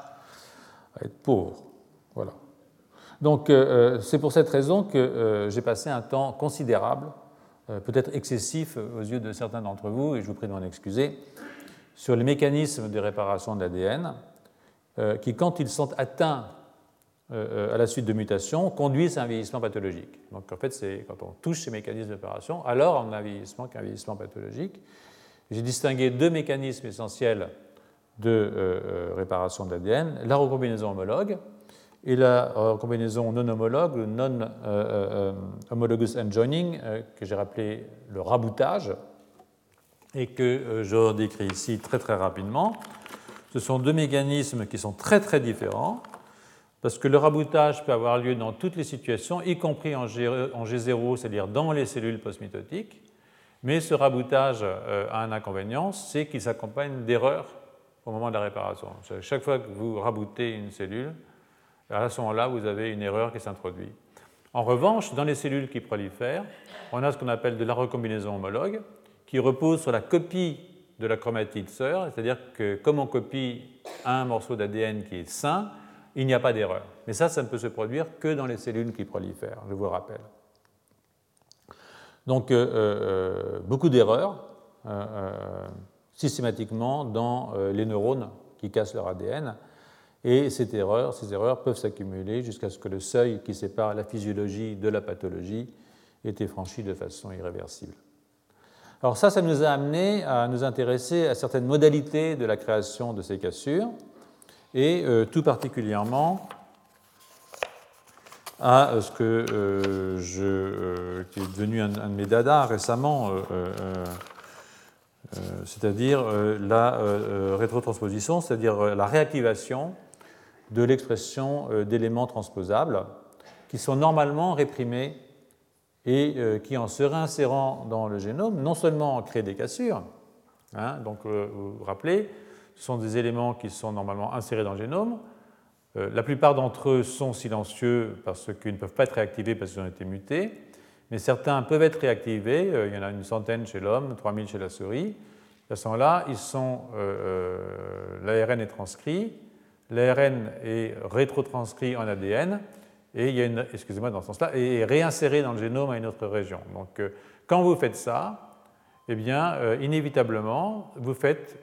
S2: à être pauvre. Voilà. Donc, euh, c'est pour cette raison que euh, j'ai passé un temps considérable, euh, peut-être excessif aux yeux de certains d'entre vous, et je vous prie de m'en excuser, sur les mécanismes de réparation de l'A D N, euh, qui, quand ils sont atteints euh, à la suite de mutations, conduisent à un vieillissement pathologique. Donc, en fait, c'est quand on touche ces mécanismes de réparation, alors on a un vieillissement qu'un vieillissement pathologique. J'ai distingué deux mécanismes essentiels de euh, réparation de l'A D N, la recombinaison homologue et la recombinaison non homologue, le non-homologous enjoining, euh, que j'ai rappelé le raboutage, et que euh, je décris ici très très rapidement. Ce sont deux mécanismes qui sont très très différents, parce que le raboutage peut avoir lieu dans toutes les situations, y compris en G zéro, c'est-à-dire dans les cellules postmitotiques, mais ce raboutage euh, a un inconvénient, c'est qu'il s'accompagne d'erreurs au moment de la réparation. Chaque fois que vous raboutez une cellule, à ce moment-là, vous avez une erreur qui s'introduit. En revanche, dans les cellules qui prolifèrent, on a ce qu'on appelle de la recombinaison homologue, qui repose sur la copie de la chromatide sœur, c'est-à-dire que comme on copie un morceau d'A D N qui est sain, il n'y a pas d'erreur. Mais ça, ça ne peut se produire que dans les cellules qui prolifèrent, je vous le rappelle. Donc, euh, euh, beaucoup d'erreurs, euh, euh, systématiquement, dans euh, les neurones qui cassent leur A D N. Et cette erreur, ces erreurs peuvent s'accumuler jusqu'à ce que le seuil qui sépare la physiologie de la pathologie ait été franchi de façon irréversible. Alors ça, ça nous a amené à nous intéresser à certaines modalités de la création de ces cassures, et euh, tout particulièrement à ce que euh, je, euh, qui est devenu un, un de mes dadas récemment, euh, euh, euh, c'est-à-dire euh, la euh, rétrotransposition, c'est-à-dire la réactivation de l'expression euh, d'éléments transposables qui sont normalement réprimés et euh, qui, en se réinsérant dans le génome, non seulement créent des cassures, hein, donc euh, vous vous rappelez, ce sont des éléments qui sont normalement insérés dans le génome. Euh, la plupart d'entre eux sont silencieux parce qu'ils ne peuvent pas être réactivés parce qu'ils ont été mutés, mais certains peuvent être réactivés. Euh, il y en a une centaine chez l'homme, trois mille chez la souris. À ce moment-là, ils sont, euh, euh, l'A R N est transcrit, l'A R N est rétrotranscrit en A D N, et il y a une, excusez-moi, dans ce sens-là, et est réinséré dans le génome à une autre région. Donc, euh, quand vous faites ça, eh bien, euh, inévitablement, vous faites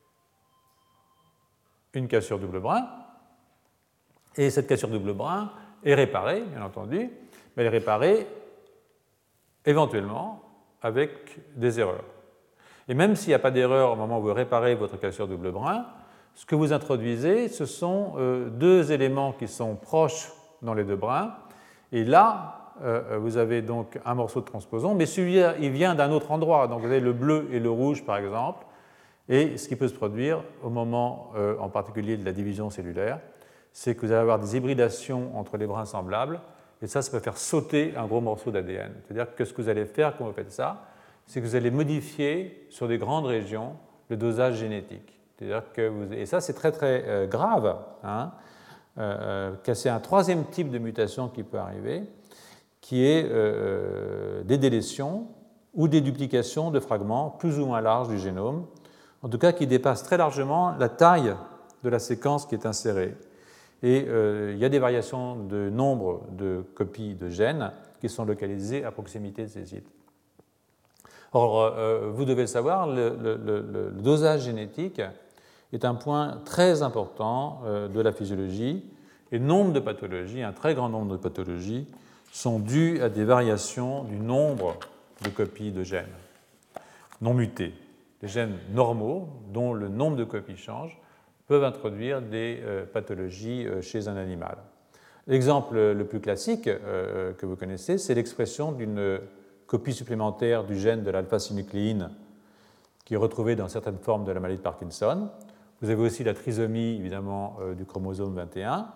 S2: une cassure double brin, et cette cassure double brin est réparée, bien entendu, mais elle est réparée éventuellement avec des erreurs. Et même s'il n'y a pas d'erreur au moment où vous réparez votre cassure double brin, ce que vous introduisez, ce sont euh, deux éléments qui sont proches dans les deux brins, et là, euh, vous avez donc un morceau de transposon, mais celui-là, il vient d'un autre endroit, donc vous avez le bleu et le rouge, par exemple, et ce qui peut se produire au moment, euh, en particulier, de la division cellulaire, c'est que vous allez avoir des hybridations entre les brins semblables, et ça, ça peut faire sauter un gros morceau d'A D N. C'est-à-dire que ce que vous allez faire quand vous faites ça, c'est que vous allez modifier sur des grandes régions le dosage génétique. C'est-à-dire que vous... Et ça, c'est très très euh, grave, hein, euh, que c'est un troisième type de mutation qui peut arriver, qui est euh, des délétions ou des duplications de fragments plus ou moins larges du génome, en tout cas qui dépasse très largement la taille de la séquence qui est insérée. Et euh, il y a des variations de nombre de copies de gènes qui sont localisées à proximité de ces sites. Or, euh, vous devez le savoir, le, le, le, le dosage génétique est un point très important euh, de la physiologie, et nombre de pathologies, un très grand nombre de pathologies, sont dues à des variations du nombre de copies de gènes non mutés. Les gènes normaux, dont le nombre de copies change, peuvent introduire des euh, pathologies euh, chez un animal. L'exemple le plus classique euh, que vous connaissez, c'est l'expression d'une copie supplémentaire du gène de l'alpha-synucléine qui est retrouvée dans certaines formes de la maladie de Parkinson. Vous avez aussi la trisomie, évidemment, euh, du chromosome vingt et un.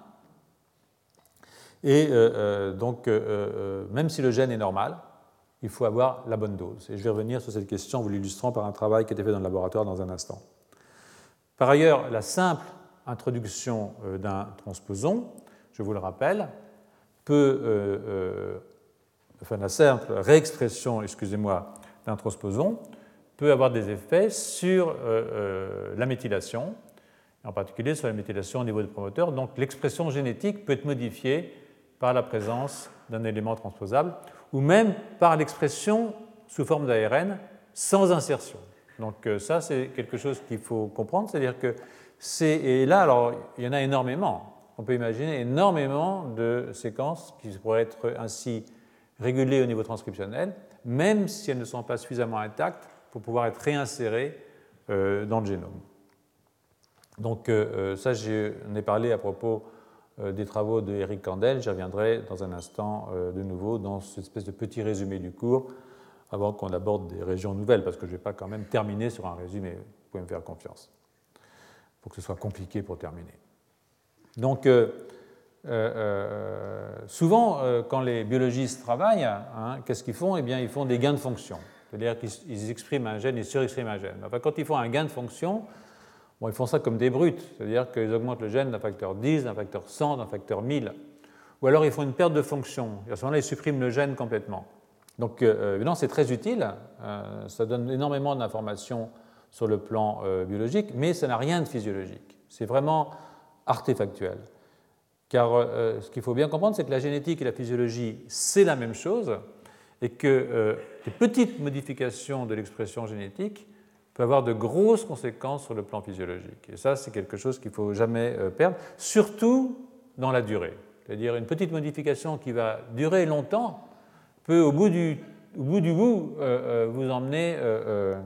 S2: Et euh, euh, donc, euh, euh, même si le gène est normal, il faut avoir la bonne dose. Et je vais revenir sur cette question en vous l'illustrant par un travail qui a été fait dans le laboratoire dans un instant. Par ailleurs, la simple introduction euh, d'un transposon, je vous le rappelle, peut, euh, euh, enfin la simple réexpression, excusez-moi, d'un transposon peut avoir des effets sur euh, euh, la méthylation, en particulier sur la méthylation au niveau des promoteurs. Donc l'expression génétique peut être modifiée par la présence d'un élément transposable ou même par l'expression sous forme d'A R N sans insertion. Donc ça, c'est quelque chose qu'il faut comprendre, c'est-à-dire que c'est... Et là, alors, il y en a énormément. On peut imaginer énormément de séquences qui pourraient être ainsi régulées au niveau transcriptionnel, même si elles ne sont pas suffisamment intactes pour pouvoir être réinsérées euh, dans le génome. Donc euh, ça, j'en ai parlé à propos euh, des travaux de Eric Kandel. J'y reviendrai dans un instant euh, de nouveau dans cette espèce de petit résumé du cours avant qu'on aborde des régions nouvelles, parce que je ne vais pas quand même terminer sur un résumé. Vous pouvez me faire confiance. Il faut que ce soit compliqué pour terminer. Donc, euh, euh, souvent, euh, quand les biologistes travaillent, hein, qu'est-ce qu'ils font? Eh bien, ils font des gains de fonction. C'est-à-dire qu'ils expriment un gène, ils surexpriment un gène. Enfin, quand ils font un gain de fonction, bon, ils font ça comme des brutes. C'est-à-dire qu'ils augmentent le gène d'un facteur dix, d'un facteur cent, d'un facteur mille. Ou alors, ils font une perte de fonction. Et à ce moment-là, ils suppriment le gène complètement. Donc, euh, évidemment, c'est très utile. Euh, ça donne énormément d'informations sur le plan euh, biologique, mais ça n'a rien de physiologique. C'est vraiment artefactuel. Car euh, ce qu'il faut bien comprendre, c'est que la génétique et la physiologie, c'est la même chose, et que euh, les petites modifications de l'expression génétique peuvent avoir de grosses conséquences sur le plan physiologique. Et ça, c'est quelque chose qu'il ne faut jamais euh, perdre, surtout dans la durée. C'est-à-dire une petite modification qui va durer longtemps peut, au bout du, au bout, du bout, euh, euh, vous emmener euh, euh,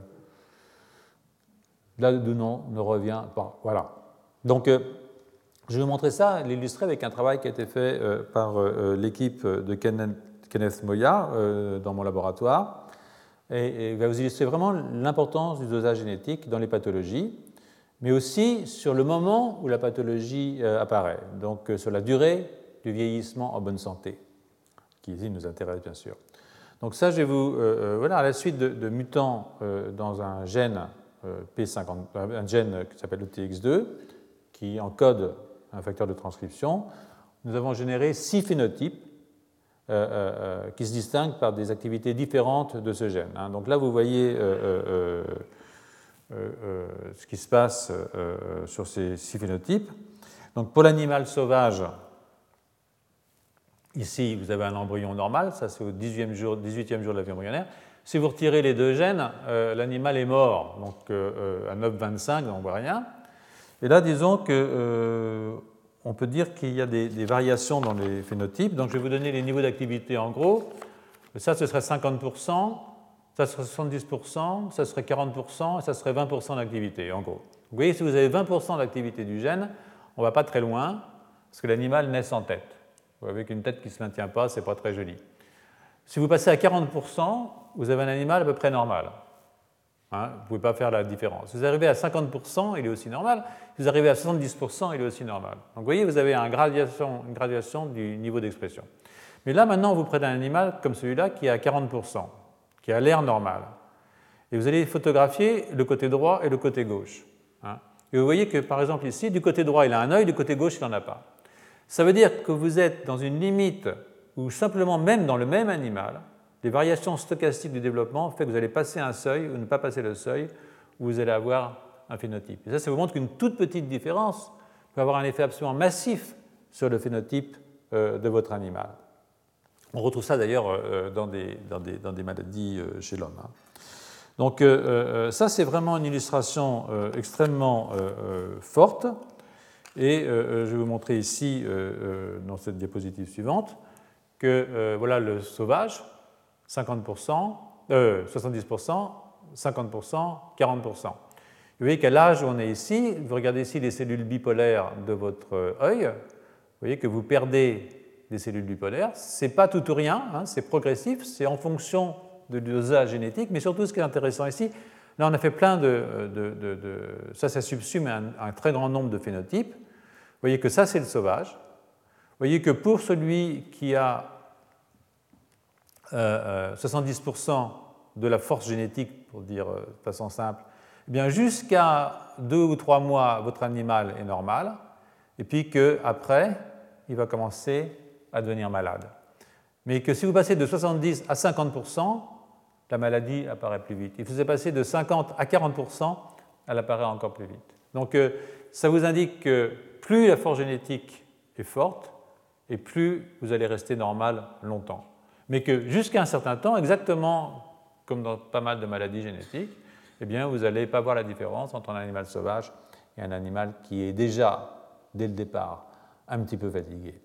S2: là d'où on ne revient pas. Voilà. Donc, euh, je vais vous montrer ça, l'illustrer avec un travail qui a été fait euh, par euh, l'équipe de Kenneth, Kenneth Moya euh, dans mon laboratoire, et, et va vous illustrer vraiment l'importance du dosage génétique dans les pathologies, mais aussi sur le moment où la pathologie euh, apparaît, donc euh, sur la durée du vieillissement en bonne santé, qui ici nous intéresse bien sûr. Donc ça, je vais vous... Euh, voilà, à la suite de, de mutants euh, dans un gène euh, P cinquante, un gène qui s'appelle le T X deux, qui encode un facteur de transcription, nous avons généré six phénotypes euh, euh, qui se distinguent par des activités différentes de ce gène. Hein. Donc là, vous voyez euh, euh, euh, euh, ce qui se passe euh, sur ces six phénotypes. Donc pour l'animal sauvage, ici, vous avez un embryon normal, ça c'est au dix-huitième jour, dix-huitième jour de la vie embryonnaire. Si vous retirez les deux gènes, euh, l'animal est mort, donc euh, à neuf virgule vingt-cinq, on ne voit rien. Et là, disons qu'on euh, peut dire qu'il y a des, des variations dans les phénotypes. Donc, je vais vous donner les niveaux d'activité en gros. Ça, ce serait cinquante pour cent, ça serait soixante-dix pour cent, ça serait quarante pour cent, et ça serait vingt pour cent d'activité, en gros. Vous voyez, si vous avez vingt pour cent d'activité du gène, on ne va pas très loin, parce que l'animal naît sans tête. Avec une tête qui ne se maintient pas, ce n'est pas très joli. Si vous passez à quarante pour cent, vous avez un animal à peu près normal. Hein, vous ne pouvez pas faire la différence. Si vous arrivez à cinquante pour cent, il est aussi normal. Si vous arrivez à soixante-dix pour cent, il est aussi normal. Donc vous voyez, vous avez une graduation, une graduation du niveau d'expression. Mais là, maintenant, vous prenez un animal comme celui-là qui est à quarante pour cent, qui a l'air normal. Et vous allez photographier le côté droit et le côté gauche. Hein. Et vous voyez que, par exemple, ici, du côté droit, il a un œil, du côté gauche, il n'en a pas. Ça veut dire que vous êtes dans une limite où simplement, même dans le même animal, les variations stochastiques du développement font que vous allez passer un seuil ou ne pas passer le seuil, où vous allez avoir un phénotype. Et ça, ça vous montre qu'une toute petite différence peut avoir un effet absolument massif sur le phénotype euh, de votre animal. On retrouve ça d'ailleurs euh, dans, des, dans, des, dans des maladies euh, chez l'homme. Hein. Donc euh, euh, ça, c'est vraiment une illustration euh, extrêmement euh, euh, forte. Et euh, je vais vous montrer ici, euh, euh, dans cette diapositive suivante, que euh, voilà le sauvage, cinquante pour cent, euh, soixante-dix pour cent, cinquante pour cent, quarante pour cent. Vous voyez qu'à l'âge où on est ici, vous regardez ici les cellules bipolaires de votre œil, vous voyez que vous perdez des cellules bipolaires. Ce n'est pas tout ou rien, hein, c'est progressif, c'est en fonction de dosage génétique, mais surtout ce qui est intéressant ici, là on a fait plein de... de, de, de ça, ça subsume un, un très grand nombre de phénotypes. Vous voyez que ça, c'est le sauvage. Vous voyez que pour celui qui a euh, soixante-dix pour cent de la force génétique, pour dire de façon simple, eh bien jusqu'à deux ou trois mois, votre animal est normal, et puis qu'après, il va commencer à devenir malade. Mais que si vous passez de soixante-dix à cinquante pour cent, la maladie apparaît plus vite. Il faisait passer de cinquante à quarante pour cent, elle apparaît encore plus vite. Donc euh, ça vous indique que plus la force génétique est forte, et plus vous allez rester normal longtemps. Mais que jusqu'à un certain temps, exactement comme dans pas mal de maladies génétiques, eh bien, vous n'allez pas voir la différence entre un animal sauvage et un animal qui est déjà, dès le départ, un petit peu fatigué.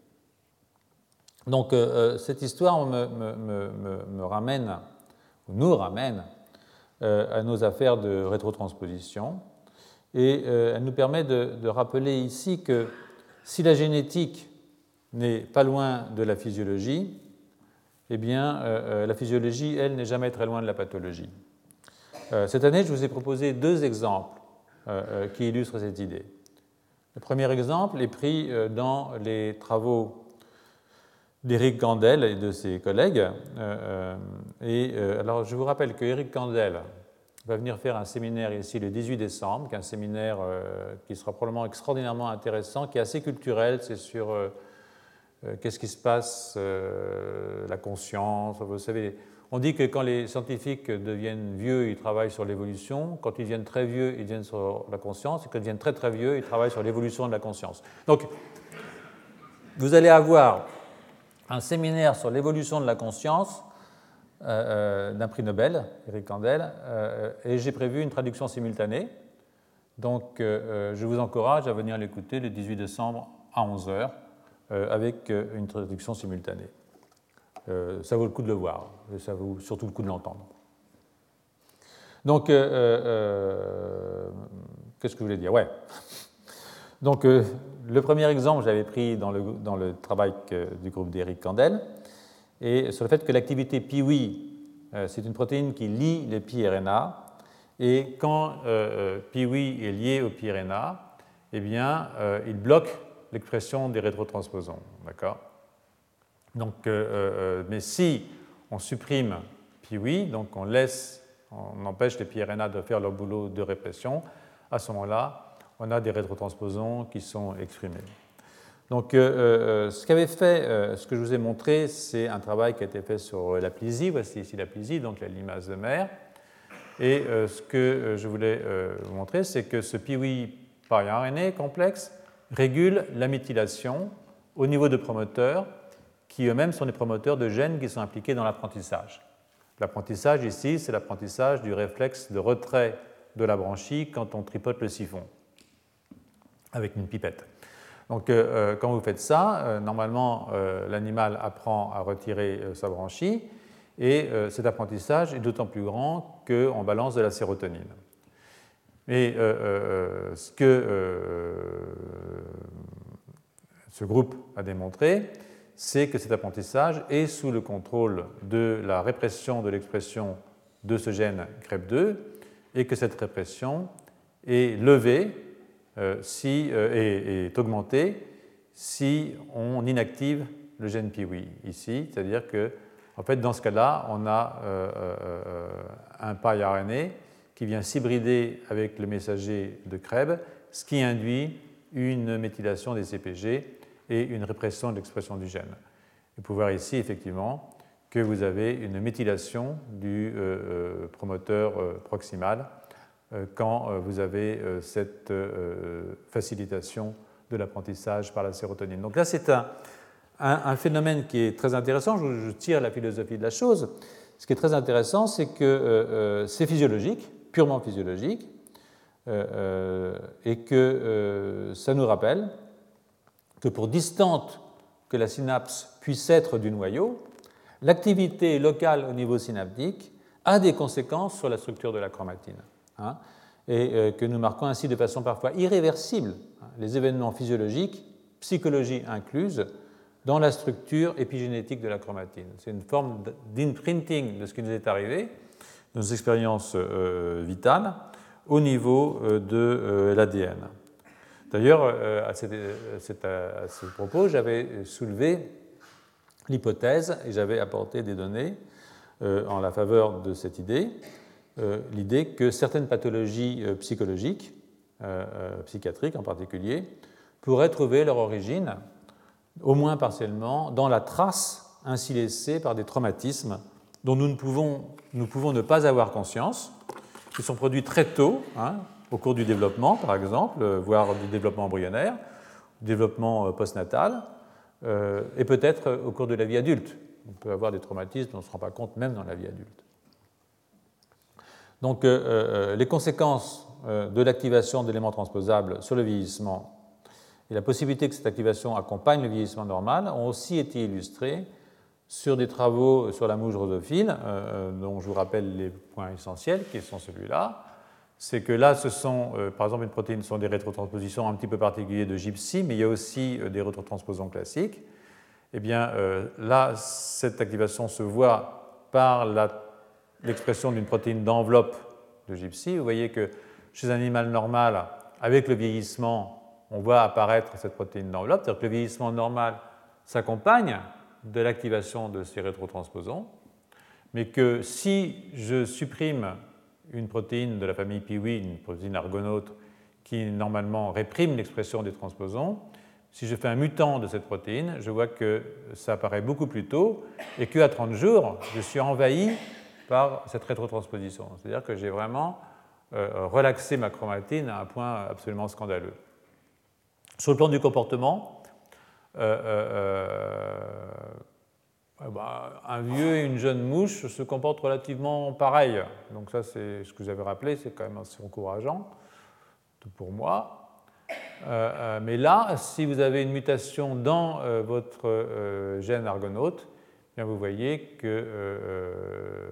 S2: Donc, euh, cette histoire me, me, me, me ramène, ou nous ramène, euh, à nos affaires de rétrotransposition. Et euh, elle nous permet de, de rappeler ici que si la génétique n'est pas loin de la physiologie, eh bien, euh, la physiologie, elle, n'est jamais très loin de la pathologie. Euh, cette année, je vous ai proposé deux exemples euh, qui illustrent cette idée. Le premier exemple est pris euh, dans les travaux d'Éric Kandel et de ses collègues. Euh, et, euh, alors, je vous rappelle que Éric Kandel va venir faire un séminaire ici le dix-huit décembre, qui est un séminaire euh, qui sera probablement extraordinairement intéressant, qui est assez culturel, c'est sur euh, euh, qu'est-ce qui se passe, euh, la conscience. Vous savez, on dit que quand les scientifiques deviennent vieux, ils travaillent sur l'évolution, quand ils deviennent très vieux, ils deviennent sur la conscience, et quand ils deviennent très très vieux, ils travaillent sur l'évolution de la conscience. Donc, vous allez avoir un séminaire sur l'évolution de la conscience Euh, d'un prix Nobel, Éric Kandel, euh, et j'ai prévu une traduction simultanée. Donc, euh, je vous encourage à venir l'écouter le dix-huit décembre à onze heures euh, avec euh, une traduction simultanée. Euh, ça vaut le coup de le voir, et ça vaut surtout le coup de l'entendre. Donc, euh, euh, qu'est-ce que je voulais dire? Ouais. Donc, euh, le premier exemple, j'avais pris dans le, dans le travail que, du groupe d'Éric Kandel, et sur le fait que l'activité P I W I, euh, c'est une protéine qui lie les pi R N A, et quand euh, P I W I est lié au pi R N A, eh bien, euh, il bloque l'expression des rétrotransposons. D'accord? Donc, euh, euh, mais si on supprime P I W I, donc on laisse, on empêche les pi R N A de faire leur boulot de répression, à ce moment-là, on a des rétrotransposons qui sont exprimés. Donc, euh, euh, ce qu'avait fait, euh, ce que je vous ai montré, c'est un travail qui a été fait sur la plisie. Voici ici la plisie, donc la limace de mer. Et euh, ce que euh, je voulais euh, vous montrer, c'est que ce P I W I par R N A complexe régule la méthylation au niveau de promoteurs qui eux-mêmes sont des promoteurs de gènes qui sont impliqués dans l'apprentissage. L'apprentissage ici, c'est l'apprentissage du réflexe de retrait de la branchie quand on tripote le siphon avec une pipette. Donc, euh, quand vous faites ça, euh, normalement, euh, l'animal apprend à retirer euh, sa branchie, et euh, cet apprentissage est d'autant plus grand qu'on balance de la sérotonine. Mais euh, euh, ce que euh, ce groupe a démontré, c'est que cet apprentissage est sous le contrôle de la répression de l'expression de ce gène C R E B deux, et que cette répression est levée Euh, si, euh, est, est augmentée si on inactive le gène P I W I ici, c'est-à-dire que en fait, dans ce cas-là, on a euh, euh, un pi-R N A qui vient s'hybrider avec le messager de C R E B, ce qui induit une méthylation des C P G et une répression de l'expression du gène. Vous pouvez voir ici effectivement que vous avez une méthylation du euh, promoteur euh, proximal euh, quand euh, vous avez euh, cette euh, facilitation de l'apprentissage par la sérotonine. Donc là, c'est un, un, un phénomène qui est très intéressant. Je, je tire la philosophie de la chose. Ce qui est très intéressant, c'est que euh, c'est physiologique, purement physiologique, euh, euh, et que euh, ça nous rappelle que pour distante que la synapse puisse être du noyau, l'activité locale au niveau synaptique a des conséquences sur la structure de la chromatine, hein, et euh, que nous marquons ainsi de façon parfois irréversible hein, les événements physiologiques, psychologie incluse, dans la structure épigénétique de la chromatine. C'est une forme d'imprinting de ce qui nous est arrivé, de nos expériences euh, vitales, au niveau euh, de euh, l'A D N. D'ailleurs, euh, à, à, à ce propos, j'avais soulevé l'hypothèse et j'avais apporté des données euh, en la faveur de cette idée, euh, l'idée que certaines pathologies euh, psychologiques, euh, euh, psychiatriques en particulier, pourraient trouver leur origine, au moins partiellement, dans la trace ainsi laissée par des traumatismes dont nous, ne pouvons, nous pouvons ne pas avoir conscience, qui sont produits très tôt, hein, au cours du développement, par exemple, voire du développement embryonnaire, du développement postnatal, euh, et peut-être au cours de la vie adulte. On peut avoir des traumatismes dont on ne se rend pas compte même dans la vie adulte. Donc, euh, euh, les conséquences euh, de l'activation d'éléments transposables sur le vieillissement et la possibilité que cette activation accompagne le vieillissement normal ont aussi été illustrées sur des travaux sur la mouche drosophile, euh, dont je vous rappelle les points essentiels, qui sont celui-là. C'est que là, ce sont, euh, par exemple, une protéine, ce sont des rétrotranspositions un petit peu particuliers de gypsy, mais il y a aussi euh, des rétrotransposons classiques. Eh bien, euh, là, cette activation se voit par la, l'expression d'une protéine d'enveloppe de gypsy. Vous voyez que chez un animal normal, avec le vieillissement, on voit apparaître cette protéine d'enveloppe, c'est-à-dire que le vieillissement normal s'accompagne de l'activation de ces rétrotransposons, mais que si je supprime une protéine de la famille Peewee, une protéine argonaute, qui normalement réprime l'expression des transposons, si je fais un mutant de cette protéine, je vois que ça apparaît beaucoup plus tôt et qu'à trente jours, je suis envahi par cette rétrotransposition. C'est-à-dire que j'ai vraiment euh, relaxé ma chromatine à un point absolument scandaleux. Sur le plan du comportement, euh, euh, euh, bah, un vieux et une jeune mouche se comportent relativement pareil. Donc ça, c'est ce que j'avais rappelé, c'est quand même assez encourageant pour moi. Euh, euh, mais là, si vous avez une mutation dans euh, votre euh, gène argonaute, bien vous voyez que euh,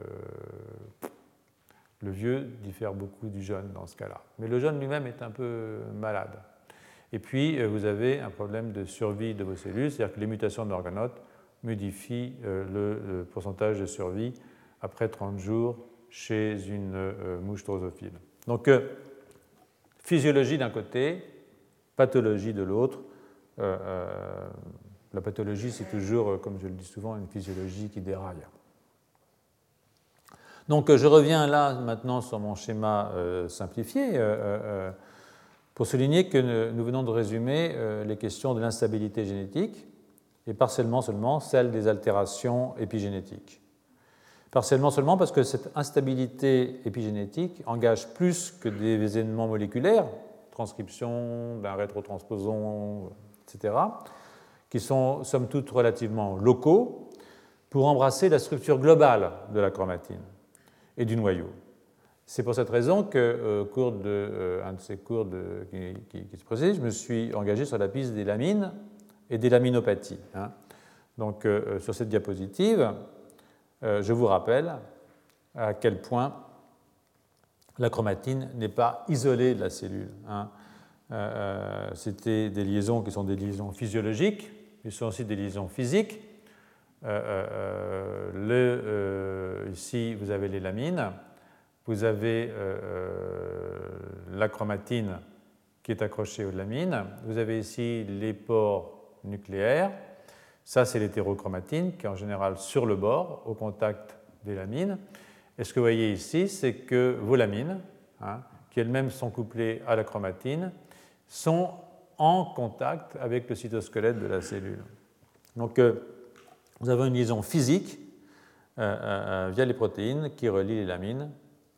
S2: le vieux diffère beaucoup du jeune dans ce cas-là. Mais le jeune lui-même est un peu malade. Et puis, vous avez un problème de survie de vos cellules, c'est-à-dire que les mutations d'argonautes modifient le, le pourcentage de survie après trente jours chez une euh, mouche drosophile. Donc, euh, physiologie d'un côté, pathologie de l'autre. Euh, euh, la pathologie, c'est toujours, comme je le dis souvent, une physiologie qui déraille. Donc, je reviens là maintenant sur mon schéma euh, simplifié. Euh, euh, pour souligner que nous venons de résumer les questions de l'instabilité génétique et partiellement seulement celle des altérations épigénétiques. Partiellement seulement parce que cette instabilité épigénétique engage plus que des événements moléculaires, transcription d'un rétrotransposon, et cetera, qui sont somme toute relativement locaux, pour embrasser la structure globale de la chromatine et du noyau. C'est pour cette raison qu'au euh, cours de euh, un de ces cours de, qui, qui, qui se précise, je me suis engagé sur la piste des lamines et des laminopathies. Hein. Donc, euh, sur cette diapositive, euh, je vous rappelle à quel point la chromatine n'est pas isolée de la cellule. Hein. Euh, C'était des liaisons qui sont des liaisons physiologiques, mais ce sont aussi des liaisons physiques. Euh, euh, le, euh, ici, vous avez les lamines. Vous avez euh, la chromatine qui est accrochée aux lamines. Vous avez ici les pores nucléaires. Ça, c'est l'hétérochromatine qui est en général sur le bord, au contact des lamines. Et ce que vous voyez ici, c'est que vos lamines, hein, qui elles-mêmes sont couplées à la chromatine, sont en contact avec le cytosquelette de la cellule. Donc, euh, nous avons une liaison physique euh, euh, via les protéines qui relient les lamines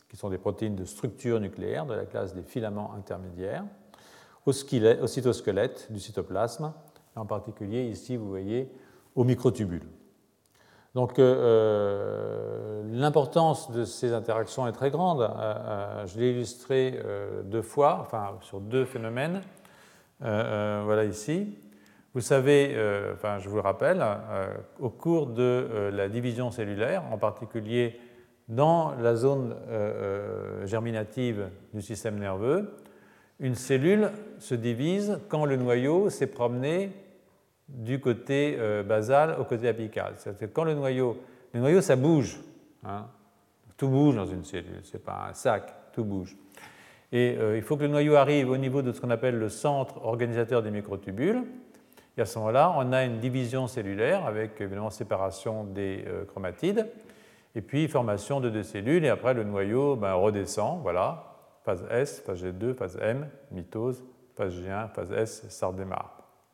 S2: qui sont des protéines de structure nucléaire de la classe des filaments intermédiaires, au, squelette, au cytosquelette du cytoplasme, en particulier ici, vous voyez, aux microtubules. Donc euh, l'importance de ces interactions est très grande. Euh, euh, je l'ai illustré euh, deux fois, enfin sur deux phénomènes. Euh, euh, voilà ici. Vous savez, euh, enfin je vous le rappelle, euh, au cours de euh, la division cellulaire, en particulier dans la zone euh, euh, germinative du système nerveux, une cellule se divise quand le noyau s'est promené du côté euh, basal au côté apical. C'est-à-dire que quand le noyau, le noyau ça bouge, hein, tout bouge dans une cellule, ce n'est pas un sac, tout bouge. Et euh, il faut que le noyau arrive au niveau de ce qu'on appelle le centre organisateur des microtubules. Et à ce moment-là, on a une division cellulaire avec évidemment séparation des euh, chromatides, et puis formation de deux cellules, et après le noyau ben, redescend, voilà, phase S, phase G deux, phase M, mitose, phase G un, phase S, ça redémarre.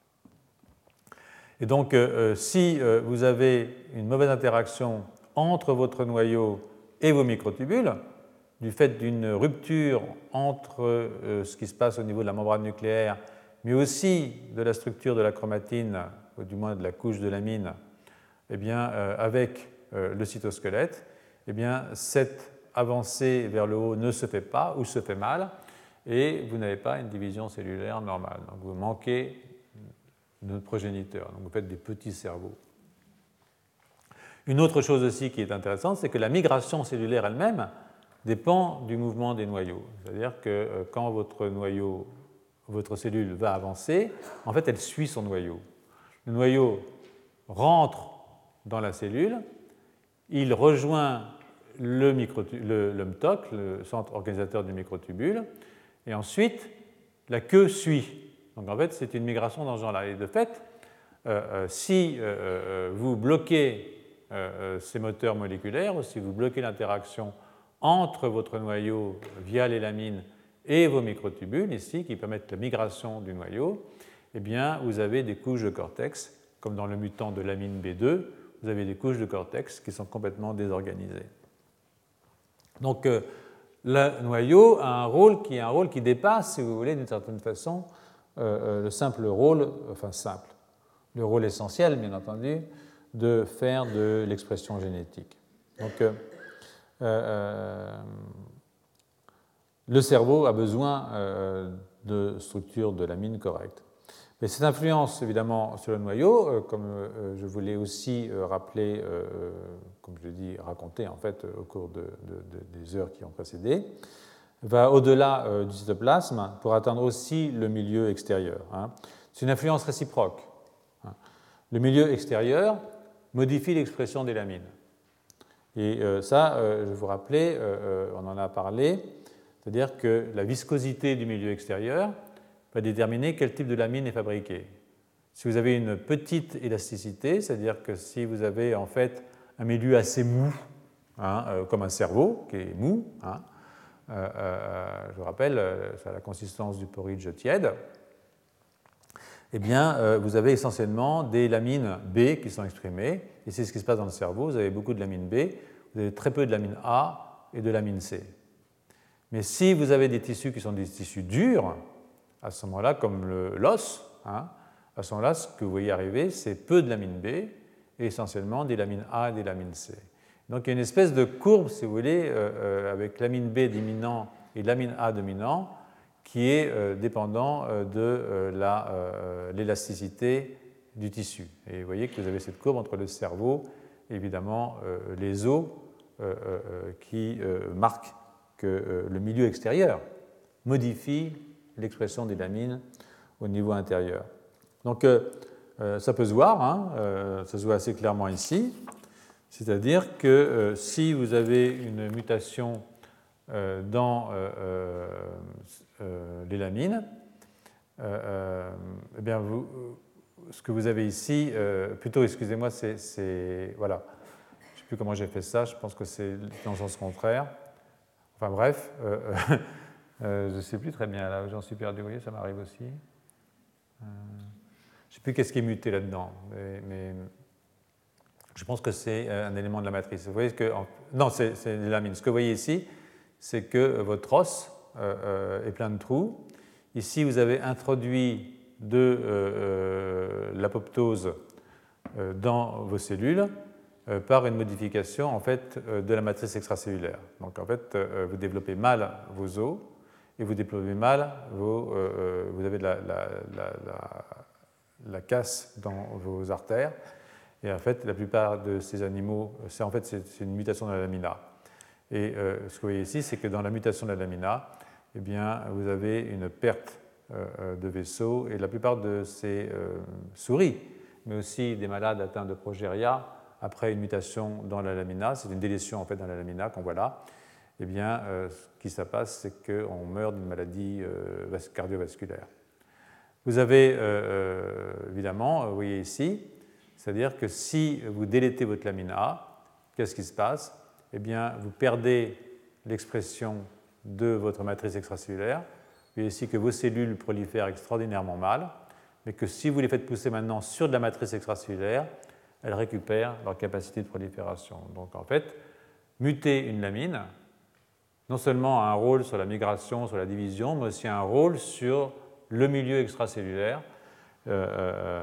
S2: Et donc, euh, si euh, vous avez une mauvaise interaction entre votre noyau et vos microtubules, du fait d'une rupture entre euh, ce qui se passe au niveau de la membrane nucléaire, mais aussi de la structure de la chromatine, ou du moins de la couche de l'amine, eh bien, euh, avec euh, le cytosquelette, eh bien, cette avancée vers le haut ne se fait pas ou se fait mal, et vous n'avez pas une division cellulaire normale. Donc, vous manquez notre progéniteur. Donc vous faites des petits cerveaux. Une autre chose aussi qui est intéressante, c'est que la migration cellulaire elle-même dépend du mouvement des noyaux. C'est-à-dire que quand votre noyau, votre cellule va avancer, en fait elle suit son noyau. Le noyau rentre dans la cellule, il rejoint le, le, le M T O C, le centre organisateur du microtubule, et ensuite la queue suit. Donc en fait, c'est une migration dans ce genre-là. Et de fait, euh, euh, si euh, vous bloquez euh, ces moteurs moléculaires, ou si vous bloquez l'interaction entre votre noyau via les lamines et vos microtubules, ici, qui permettent la migration du noyau, eh bien, vous avez des couches de cortex, comme dans le mutant de lamine B deux, vous avez des couches de cortex qui sont complètement désorganisées. Donc, euh, le noyau a un rôle qui est un rôle qui dépasse, si vous voulez, d'une certaine façon, Euh, le simple rôle, enfin simple, le rôle essentiel, bien entendu, de faire de l'expression génétique. Donc, euh, euh, le cerveau a besoin euh, de structures de lamines correctes. Mais cette influence, évidemment, sur le noyau, euh, comme euh, je vous l'ai aussi euh, rappelé, euh, comme je l'ai dit, raconté en fait au cours de, de, de, des heures qui ont précédé, va au-delà euh, du cytoplasme pour atteindre aussi le milieu extérieur. Hein. C'est une influence réciproque. Hein. Le milieu extérieur modifie l'expression des lamines. Et euh, ça, euh, je vous rappelais, euh, on en a parlé, c'est-à-dire que la viscosité du milieu extérieur va déterminer quel type de lamine est fabriquée. Si vous avez une petite élasticité, c'est-à-dire que si vous avez en fait un milieu assez mou, hein, euh, comme un cerveau qui est mou, hein, Euh, euh, je vous rappelle, euh, ça a la consistance du porridge tiède, eh bien, euh, vous avez essentiellement des lamines B qui sont exprimées, et c'est ce qui se passe dans le cerveau. Vous avez beaucoup de lamine B, vous avez très peu de lamine A et de lamine C. Mais si vous avez des tissus qui sont des tissus durs, à ce moment-là, comme l'os, hein, à ce moment-là, ce que vous voyez arriver, c'est peu de lamine B et essentiellement des lamines A et des lamines C. Donc il y a une espèce de courbe, si vous voulez, euh, euh, avec lamine B dominant et lamine A dominant, qui est euh, dépendant euh, de euh, l'élasticité euh, du tissu. Et vous voyez que vous avez cette courbe entre le cerveau et évidemment euh, les os euh, euh, qui euh, marquent que euh, le milieu extérieur modifie l'expression des lamines au niveau intérieur. Donc euh, euh, ça peut se voir, hein, euh, ça se voit assez clairement ici. C'est-à-dire que euh, si vous avez une mutation euh, dans euh, euh, les lamines, euh, euh, eh bien vous, ce que vous avez ici, euh, plutôt, excusez-moi, c'est, voilà, je ne sais plus comment j'ai fait ça, je pense que c'est dans le sens contraire. Enfin bref, euh, euh, je ne sais plus très bien, là, j'en suis perdu, vous voyez, ça m'arrive aussi. Euh, je ne sais plus qu'est-ce qui est muté là-dedans, mais... mais je pense que c'est un élément de la matrice. Vous voyez que, non, c'est les lamines. Ce que vous voyez ici, c'est que votre os euh, est plein de trous. Ici, vous avez introduit de euh, euh, l'apoptose euh, dans vos cellules euh, par une modification en fait, euh, de la matrice extracellulaire. Donc en fait, euh, vous développez mal vos os et vous développez mal vos, euh, vous avez de la, la, la, la, la casse dans vos artères. Et en fait, la plupart de ces animaux, c'est en fait c'est une mutation de la lamina. Et euh, ce que vous voyez ici, c'est que dans la mutation de la lamina, eh bien, vous avez une perte euh, de vaisseaux. Et la plupart de ces euh, souris, mais aussi des malades atteints de progéria, après une mutation dans la lamina, c'est une délétion en fait dans la lamina qu'on voit là, eh bien, euh, ce qui se passe, c'est qu'on meurt d'une maladie euh, cardiovasculaire. Vous avez euh, évidemment, vous voyez ici, c'est-à-dire que si vous délétez votre lamine A, qu'est-ce qui se passe? Eh bien, vous perdez l'expression de votre matrice extracellulaire. Vous voyez ici que vos cellules prolifèrent extraordinairement mal, mais que si vous les faites pousser maintenant sur de la matrice extracellulaire, elles récupèrent leur capacité de prolifération. Donc, en fait, muter une lamine, non seulement a un rôle sur la migration, sur la division, mais aussi un rôle sur le milieu extracellulaire. Euh, euh,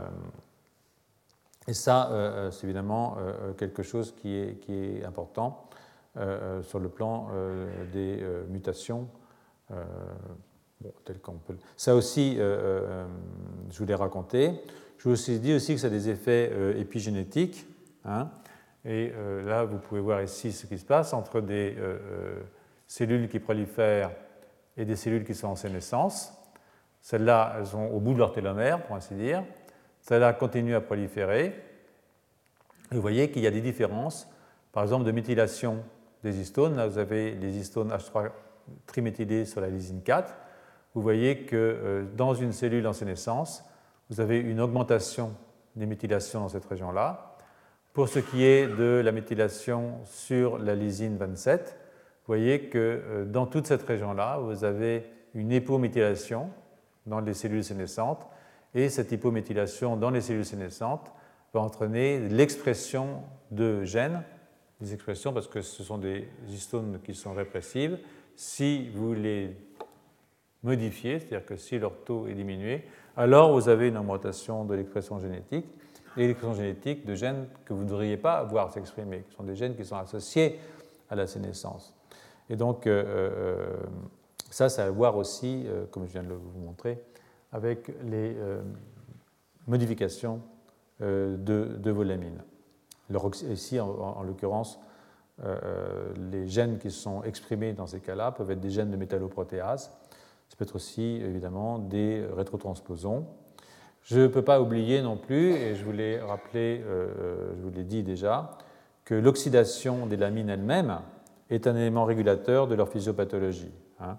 S2: et ça, euh, c'est évidemment euh, quelque chose qui est, qui est important euh, sur le plan euh, des euh, mutations, euh, bon, tel qu'on peut. Ça aussi, euh, je vous l'ai raconté. Je vous ai dit aussi que ça a des effets euh, épigénétiques. Hein, et euh, là, vous pouvez voir ici ce qui se passe entre des euh, cellules qui prolifèrent et des cellules qui sont en sénescence. Celles-là, elles sont au bout de leur télomère, pour ainsi dire. Celles-là continuent à proliférer. Et vous voyez qu'il y a des différences, par exemple, de méthylation des histones. Là, vous avez les histones H trois triméthylées sur la lysine quatre. Vous voyez que euh, dans une cellule en sénescence, vous avez une augmentation des méthylations dans cette région-là. Pour ce qui est de la méthylation sur la lysine vingt-sept, vous voyez que euh, dans toute cette région-là, vous avez une hypométhylation dans les cellules sénescentes, et cette hypométhylation dans les cellules sénescentes va entraîner l'expression de gènes, des expressions parce que ce sont des histones qui sont répressives. Si vous les modifiez, c'est-à-dire que si leur taux est diminué, alors vous avez une augmentation de l'expression génétique, et l'expression génétique de gènes que vous ne devriez pas voir s'exprimer, qui sont des gènes qui sont associés à la sénescence. Et donc, euh, euh, ça, ça a à voir aussi, euh, comme je viens de le vous montrer, avec les euh, modifications euh, de, de vos lamines. Leur, ici, en, en l'occurrence, euh, les gènes qui sont exprimés dans ces cas-là peuvent être des gènes de métalloprotéase. Ça peut être aussi, évidemment, des rétrotransposons. Je ne peux pas oublier non plus, et je vous l'ai rappelé, euh, je vous l'ai dit déjà, que l'oxydation des lamines elles-mêmes est un élément régulateur de leur physiopathologie. Hein.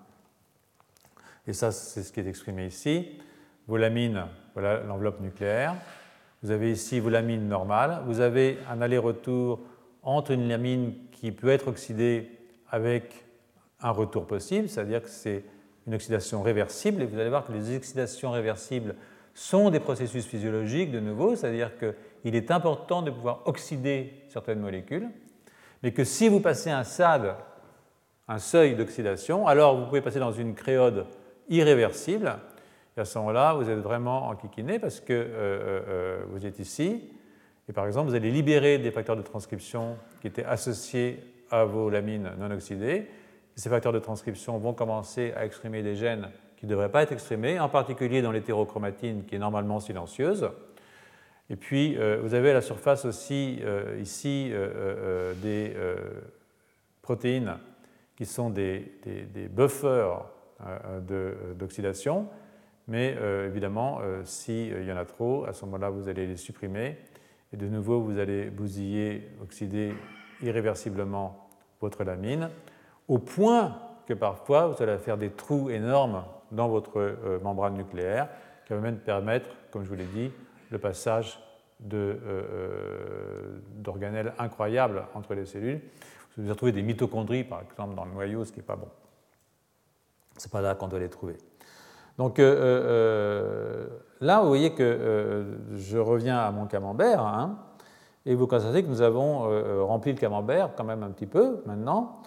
S2: Et ça, c'est ce qui est exprimé ici. Vos lamines, voilà l'enveloppe nucléaire. Vous avez ici vos lamines normales. Vous avez un aller-retour entre une lamine qui peut être oxydée avec un retour possible, c'est-à-dire que c'est une oxydation réversible. Et vous allez voir que les oxydations réversibles sont des processus physiologiques, de nouveau, c'est-à-dire qu'il est important de pouvoir oxyder certaines molécules, mais que si vous passez un S A D, un seuil d'oxydation, alors vous pouvez passer dans une créode irréversible, et à ce moment-là, vous êtes vraiment enquiquiné parce que euh, euh, vous êtes ici, et par exemple, vous allez libérer des facteurs de transcription qui étaient associés à vos lamines non oxydées. Et ces facteurs de transcription vont commencer à exprimer des gènes qui ne devraient pas être exprimés, en particulier dans l'hétérochromatine qui est normalement silencieuse. Et puis, euh, vous avez à la surface aussi, euh, ici, euh, euh, des euh, protéines qui sont des, des, des buffers euh, d'oxydation, mais euh, évidemment, euh, s'il y en a trop, à ce moment-là, vous allez les supprimer, et de nouveau, vous allez bousiller, oxyder irréversiblement votre lamine, au point que parfois, vous allez faire des trous énormes dans votre euh, membrane nucléaire, qui va même permettre, comme je vous l'ai dit, le passage de, euh, d'organelles incroyables entre les cellules. Vous allez trouver des mitochondries, par exemple, dans le noyau, ce qui n'est pas bon. Ce n'est pas là qu'on doit les trouver. Donc euh, euh, là, vous voyez que euh, je reviens à mon camembert, hein, et vous constatez que nous avons euh, rempli le camembert quand même un petit peu maintenant,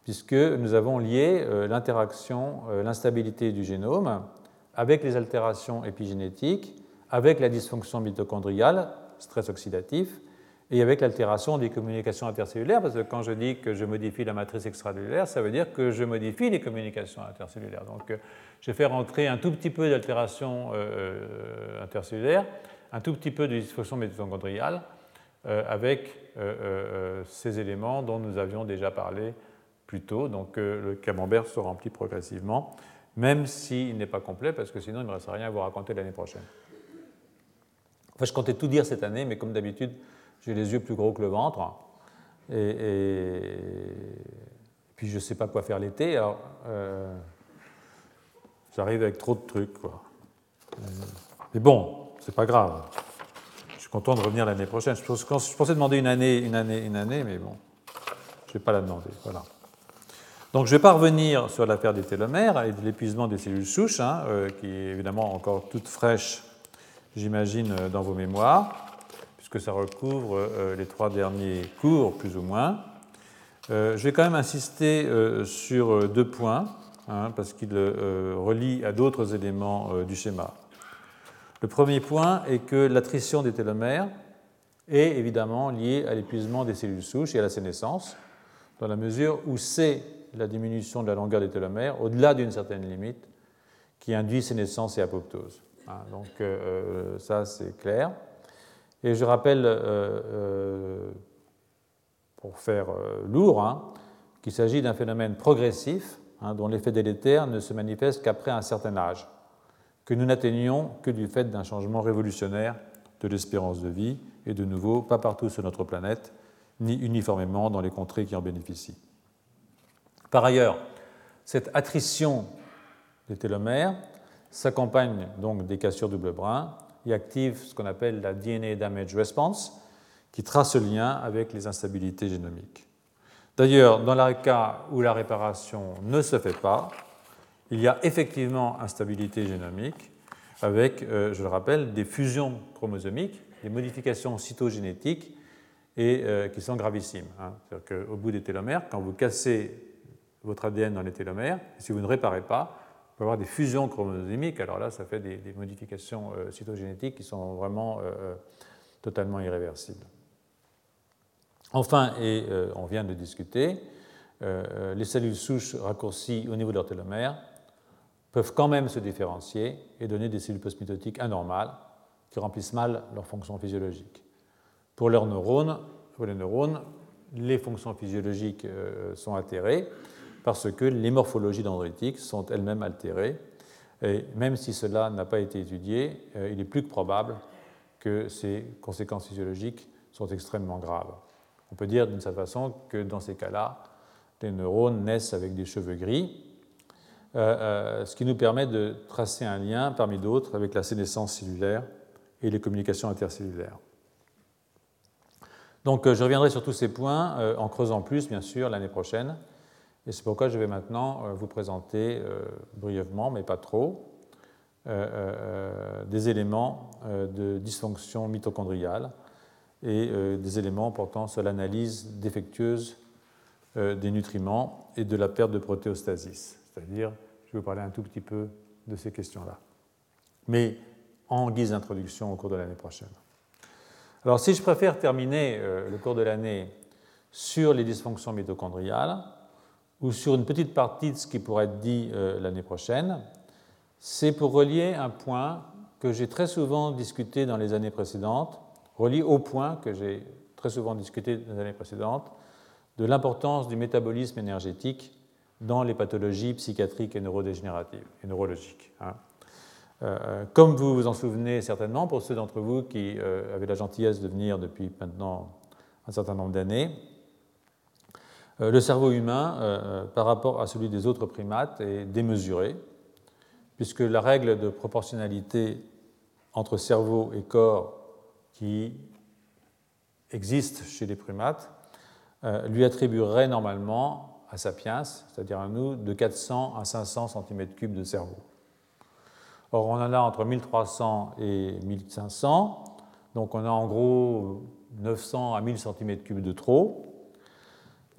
S2: puisque nous avons lié euh, l'interaction, euh, l'instabilité du génome avec les altérations épigénétiques, avec la dysfonction mitochondriale, stress oxydatif, et avec l'altération des communications intercellulaires, parce que quand je dis que je modifie la matrice extracellulaire, ça veut dire que je modifie les communications intercellulaires. Donc, euh, je fais rentrer un tout petit peu d'altération euh, intercellulaire, un tout petit peu de dysfonction mitochondriale, euh, avec euh, euh, ces éléments dont nous avions déjà parlé plus tôt. Donc, euh, le camembert se remplit progressivement, même s'il n'est pas complet, parce que sinon, il ne me restera rien à vous raconter l'année prochaine. Enfin, je comptais tout dire cette année, mais comme d'habitude, j'ai les yeux plus gros que le ventre. Et, et, et puis, je ne sais pas quoi faire l'été. Alors, euh, j'arrive avec trop de trucs, quoi. Mais bon, c'est pas grave. Je suis content de revenir l'année prochaine. Je pensais demander une année, une année, une année, mais bon, je ne vais pas la demander. Voilà. Donc, je ne vais pas revenir sur l'affaire des télomères et de l'épuisement des cellules souches, hein, euh, qui est évidemment encore toute fraîche, j'imagine, dans vos mémoires, que ça recouvre euh, les trois derniers cours, plus ou moins. Euh, je vais quand même insister euh, sur deux points, hein, parce qu'ils euh, relient à d'autres éléments euh, du schéma. Le premier point est que l'attrition des télomères est évidemment liée à l'épuisement des cellules souches et à la sénescence, dans la mesure où c'est la diminution de la longueur des télomères, au-delà d'une certaine limite, qui induit sénescence et apoptose. Hein, donc euh, ça, c'est clair. Et je rappelle, euh, euh, pour faire euh, lourd, hein, qu'il s'agit d'un phénomène progressif, hein, dont l'effet délétère ne se manifeste qu'après un certain âge, que nous n'atteignons que du fait d'un changement révolutionnaire de l'espérance de vie, et de nouveau, pas partout sur notre planète, ni uniformément dans les contrées qui en bénéficient. Par ailleurs, cette attrition des télomères s'accompagne donc des cassures double brin, et active ce qu'on appelle la D N A Damage Response, qui trace le lien avec les instabilités génomiques. D'ailleurs, dans le cas où la réparation ne se fait pas, il y a effectivement instabilité génomique avec, euh, je le rappelle, des fusions chromosomiques, des modifications cytogénétiques et, euh, qui sont gravissimes. Hein. C'est-à-dire qu'au bout des télomères, quand vous cassez votre A D N dans les télomères, si vous ne réparez pas, peut avoir des fusions chromosomiques, alors là, ça fait des, des modifications euh, cytogénétiques qui sont vraiment euh, totalement irréversibles. Enfin, et euh, on vient de discuter, euh, les cellules souches raccourcies au niveau de leur télomère peuvent quand même se différencier et donner des cellules postmitotiques anormales qui remplissent mal leurs fonctions physiologiques. Pour leurs neurones, pour les neurones, les fonctions physiologiques euh, sont altérées, parce que les morphologies dendritiques sont elles-mêmes altérées. Et même si cela n'a pas été étudié, il est plus que probable que ces conséquences physiologiques sont extrêmement graves. On peut dire d'une certaine façon que dans ces cas-là, les neurones naissent avec des cheveux gris, euh, euh, ce qui nous permet de tracer un lien, parmi d'autres, avec la sénescence cellulaire et les communications intercellulaires. Donc, euh, je reviendrai sur tous ces points euh, en creusant plus, bien sûr, l'année prochaine. Et c'est pourquoi je vais maintenant vous présenter euh, brièvement, mais pas trop, euh, euh, des éléments euh, de dysfonction mitochondriale et euh, des éléments portant sur l'analyse défectueuse euh, des nutriments et de la perte de protéostasis. C'est-à-dire, je vais vous parler un tout petit peu de ces questions-là, mais en guise d'introduction au cours de l'année prochaine. Alors, si je préfère terminer euh, le cours de l'année sur les dysfonctions mitochondriales, ou sur une petite partie de ce qui pourrait être dit euh, l'année prochaine, c'est pour relier un point que j'ai très souvent discuté dans les années précédentes, relié au point que j'ai très souvent discuté dans les années précédentes, de l'importance du métabolisme énergétique dans les pathologies psychiatriques et neurodégénératives et neurologiques. Hein. Euh, comme vous vous en souvenez certainement, pour ceux d'entre vous qui euh, avaient la gentillesse de venir depuis maintenant un certain nombre d'années, le cerveau humain, euh, par rapport à celui des autres primates, est démesuré, puisque la règle de proportionnalité entre cerveau et corps qui existe chez les primates euh, lui attribuerait normalement à Sapiens, c'est-à-dire à nous, de quatre cents à cinq cents centimètres cubes de cerveau. Or, on en a entre mille trois cents et mille cinq cents, donc on a en gros neuf cents à mille centimètres cubes de trop.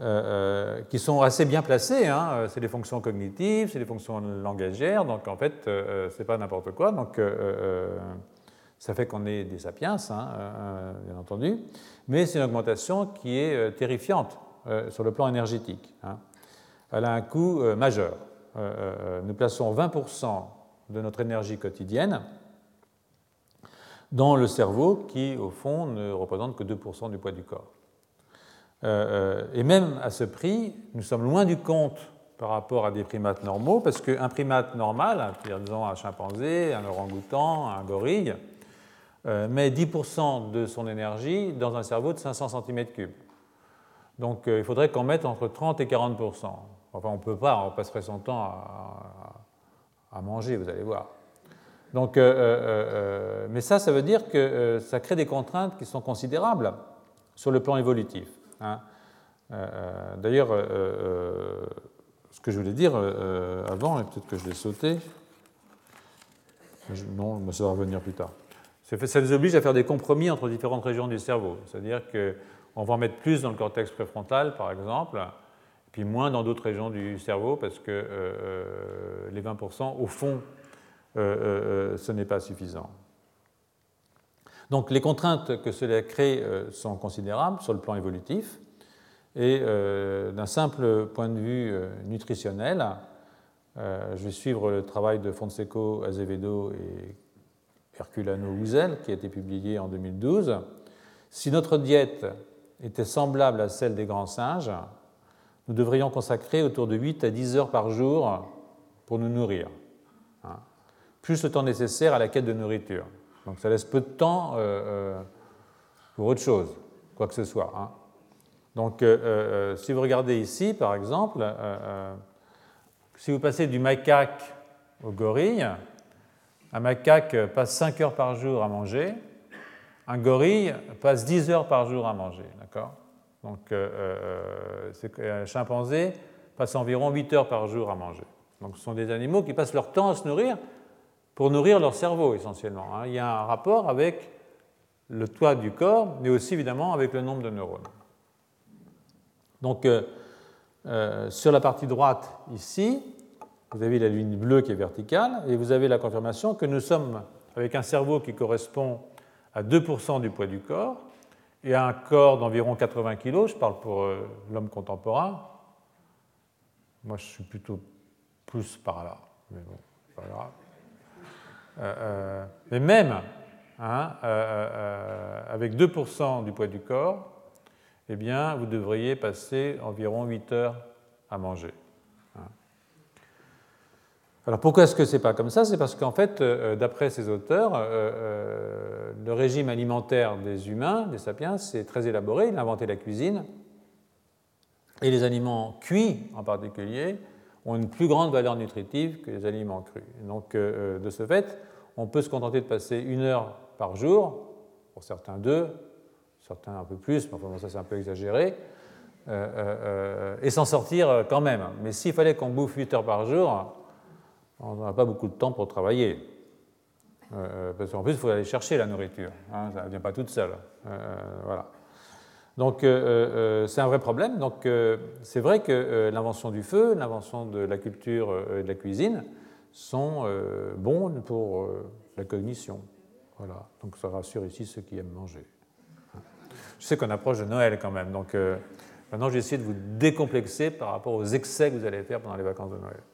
S2: euh, qui sont assez bien placées. Hein. C'est des fonctions cognitives, c'est des fonctions langagières, donc en fait, euh, c'est pas n'importe quoi. Donc, euh, euh, ça fait qu'on est des sapiens, hein, euh, bien entendu, mais c'est une augmentation qui est euh, terrifiante euh, sur le plan énergétique. Hein. Elle a un coût euh, majeur. Euh, euh, nous plaçons vingt pour cent de notre énergie quotidienne dans le cerveau qui, au fond, ne représente que deux pour cent du poids du corps. Euh, et même à ce prix, nous sommes loin du compte par rapport à des primates normaux, parce qu'un primate normal, disons un chimpanzé, un orang-outan, un gorille, euh, met dix pour cent de son énergie dans un cerveau de cinq cents centimètres cubes. Donc euh, il faudrait qu'on mette entre trente et quarante pour cent. Enfin, on ne peut pas, on passerait son temps à, à manger, vous allez voir. Donc, euh, euh, euh, mais ça, ça veut dire que euh, ça crée des contraintes qui sont considérables sur le plan évolutif. Hein. Euh, D'ailleurs, euh, euh, ce que je voulais dire euh, avant, et peut-être que je l'ai sauté, je, non, mais ça va revenir plus tard. Ça nous oblige à faire des compromis entre différentes régions du cerveau. C'est-à-dire qu'on va en mettre plus dans le cortex préfrontal, par exemple, puis moins dans d'autres régions du cerveau, parce que euh, les vingt pour cent, au fond, euh, euh, ce n'est pas suffisant. Donc les contraintes que cela crée euh, sont considérables sur le plan évolutif, et euh, d'un simple point de vue euh, nutritionnel, euh, je vais suivre le travail de Fonseco, Azevedo et Herculano Houzel, qui a été publié en deux mille douze. Si notre diète était semblable à celle des grands singes, nous devrions consacrer autour de huit à dix heures par jour pour nous nourrir, hein, plus le temps nécessaire à la quête de nourriture. Donc ça laisse peu de temps euh, euh, pour autre chose, quoi que ce soit. Hein. Donc euh, euh, si vous regardez ici, par exemple, euh, euh, si vous passez du macaque au gorille, un macaque passe cinq heures par jour à manger, un gorille passe dix heures par jour à manger. D'accord ? Donc, euh, un chimpanzé passe environ huit heures par jour à manger. Donc, ce sont des animaux qui passent leur temps à se nourrir pour nourrir leur cerveau, essentiellement. Hein. Il y a un rapport avec le toit du corps, mais aussi, évidemment, avec le nombre de neurones. Donc, euh, euh, sur la partie droite, ici, vous avez la ligne bleue qui est verticale, et vous avez la confirmation que nous sommes avec un cerveau qui correspond à deux pour cent du poids du corps, et à un corps d'environ quatre-vingts kilos, je parle pour euh, l'homme contemporain. Moi, je suis plutôt plus par là, mais bon, c'est pas grave. Euh, euh, mais même, hein, euh, euh, avec deux pour cent du poids du corps, eh bien, vous devriez passer environ huit heures à manger. Hein. Alors, pourquoi est-ce que ce n'est pas comme ça? C'est parce qu'en fait, euh, d'après ces auteurs, euh, euh, le régime alimentaire des humains, des sapiens, c'est très élaboré. Il a inventé la cuisine. Et les aliments cuits, en particulier, ont une plus grande valeur nutritive que les aliments crus. Donc, euh, de ce fait, on peut se contenter de passer une heure par jour, pour certains deux, certains un peu plus, mais enfin, ça c'est un peu exagéré, euh, euh, et s'en sortir quand même. Mais s'il fallait qu'on bouffe huit heures par jour, on n'a pas beaucoup de temps pour travailler. Euh, parce qu'en plus, il faut aller chercher la nourriture. Hein, ça ne vient pas toute seule. Euh, voilà. Donc, euh, euh, c'est un vrai problème. Donc, euh, c'est vrai que euh, l'invention du feu, l'invention de la culture euh, et de la cuisine sont euh, bons pour euh, la cognition. Voilà. Donc, ça rassure ici ceux qui aiment manger. Je sais qu'on approche de Noël quand même. Donc, euh, maintenant, je vais essayer de vous décomplexer par rapport aux excès que vous allez faire pendant les vacances de Noël.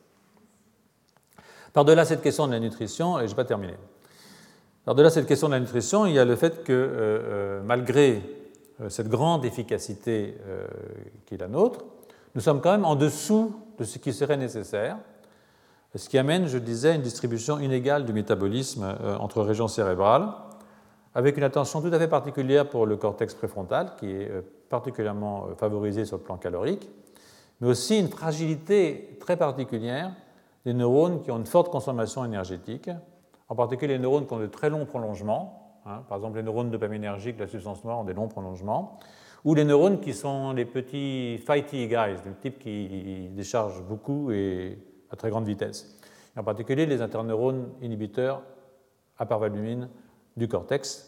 S2: Par-delà cette question de la nutrition, et je ne vais pas terminer. Par-delà cette question de la nutrition, il y a le fait que euh, malgré euh, cette grande efficacité euh, qui est la nôtre, nous sommes quand même en dessous de ce qui serait nécessaire, ce qui amène, je le disais, une distribution inégale du métabolisme euh, entre régions cérébrales, avec une attention tout à fait particulière pour le cortex préfrontal, qui est euh, particulièrement euh, favorisé sur le plan calorique, mais aussi une fragilité très particulière des neurones qui ont une forte consommation énergétique, en particulier les neurones qui ont de très longs prolongements, hein, par exemple les neurones dopaminergiques, la substance noire ont des longs prolongements, ou les neurones qui sont les petits fighty guys, des types qui déchargent beaucoup et à très grande vitesse. Et en particulier les interneurones inhibiteurs à parvalbumine du cortex,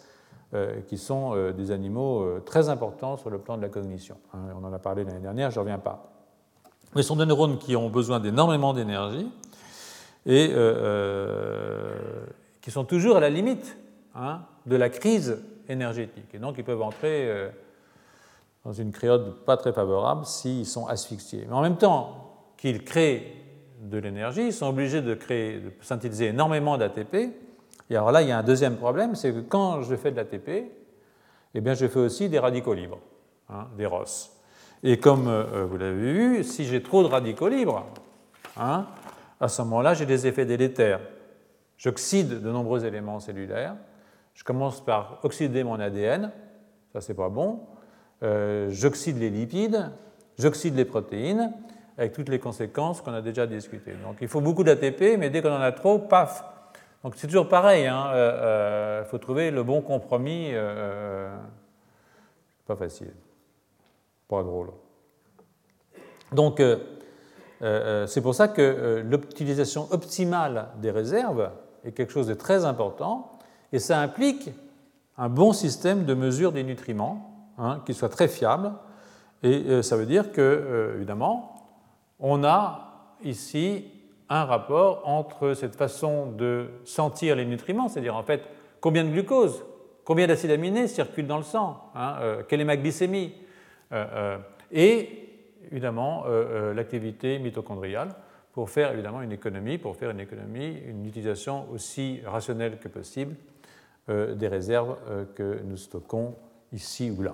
S2: euh, qui sont euh, des animaux euh, très importants sur le plan de la cognition. Hein, on en a parlé l'année dernière, je ne reviens pas. Mais ce sont des neurones qui ont besoin d'énormément d'énergie et euh, euh, qui sont toujours à la limite hein, de la crise énergétique. Et donc, ils peuvent entrer euh, dans une période pas très favorable s'ils sont asphyxiés. Mais en même temps qu'ils créent de l'énergie, ils sont obligés de, créer, de synthétiser énormément d'A T P. Et alors là, il y a un deuxième problème, c'est que quand je fais de l'A T P, eh bien, je fais aussi des radicaux libres, hein, des R O S. Et comme euh, vous l'avez vu, si j'ai trop de radicaux libres, hein, à ce moment-là, j'ai des effets délétères. J'oxyde de nombreux éléments cellulaires. Je commence par oxyder mon A D N, ça c'est pas bon. Euh, j'oxyde les lipides, j'oxyde les protéines, avec toutes les conséquences qu'on a déjà discutées. Donc il faut beaucoup d'A T P, mais dès qu'on en a trop, paf. Donc c'est toujours pareil, il hein, euh, euh, faut trouver le bon compromis. Euh, pas facile, pas drôle. Donc euh, euh, c'est pour ça que euh, l'utilisation optimale des réserves est quelque chose de très important, et ça implique un bon système de mesure des nutriments, hein, qui soit très fiable, et euh, ça veut dire que, euh, évidemment, on a ici un rapport entre cette façon de sentir les nutriments, c'est-à-dire en fait combien de glucose, combien d'acides aminés circulent dans le sang, hein, euh, quelle est ma glycémie, euh, euh, et évidemment euh, euh, l'activité mitochondriale pour faire évidemment une économie, pour faire une économie, une utilisation aussi rationnelle que possible euh, des réserves euh, que nous stockons ici ou là.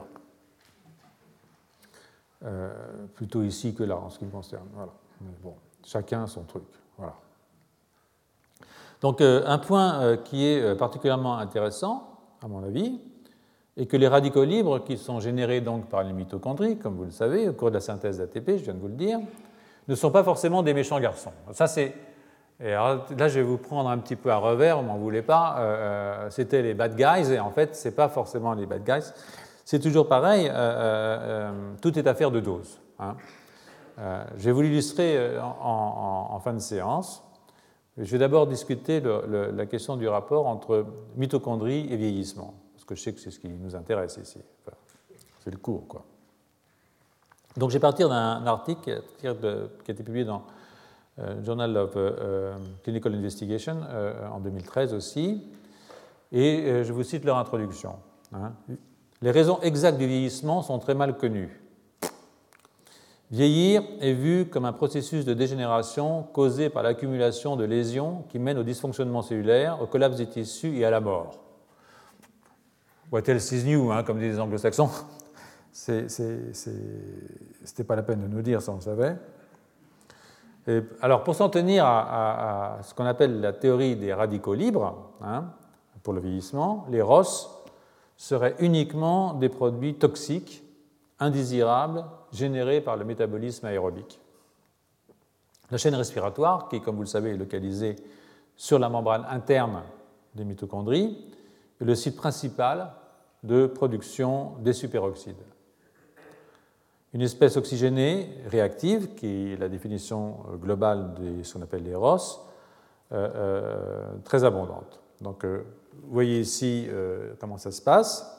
S2: Euh, plutôt ici que là en ce qui me concerne. Voilà. Mais bon, chacun son truc. Voilà. Donc euh, un point euh, qui est euh, particulièrement intéressant, à mon avis, est que les radicaux libres qui sont générés donc par les mitochondries, comme vous le savez, au cours de la synthèse d'A T P, je viens de vous le dire, ne sont pas forcément des méchants garçons. Ça, c'est... Et alors, là, je vais vous prendre un petit peu à revers, vous m'en voulez pas. Euh, c'était les bad guys, et en fait, ce n'est pas forcément les bad guys. C'est toujours pareil, euh, euh, tout est affaire de dose. Hein. Euh, je vais vous l'illustrer en, en, en fin de séance. Je vais d'abord discuter le, le, la question du rapport entre mitochondrie et vieillissement, parce que je sais que c'est ce qui nous intéresse ici. Enfin, c'est le cours, quoi. Donc, je vais partir d'un article qui a été publié dans euh, Journal of euh, Clinical Investigation euh, en deux mille treize aussi, et euh, je vous cite leur introduction. Hein. Les raisons exactes du vieillissement sont très mal connues. Vieillir est vu comme un processus de dégénération causé par l'accumulation de lésions qui mènent au dysfonctionnement cellulaire, au collapse des tissus et à la mort. What else is new, hein, comme disent les anglo-saxons. C'est, c'est, c'est, c'était pas la peine de nous dire ça, on savait. Et alors, pour s'en tenir à, à, à ce qu'on appelle la théorie des radicaux libres, hein, pour le vieillissement, les R O S seraient uniquement des produits toxiques, indésirables, générés par le métabolisme aérobique. La chaîne respiratoire, qui, comme vous le savez, est localisée sur la membrane interne des mitochondries, est le site principal de production des superoxydes. Une espèce oxygénée réactive, qui est la définition globale de ce qu'on appelle les R O S, euh, euh, très abondante. Donc, euh, vous voyez ici euh, comment ça se passe.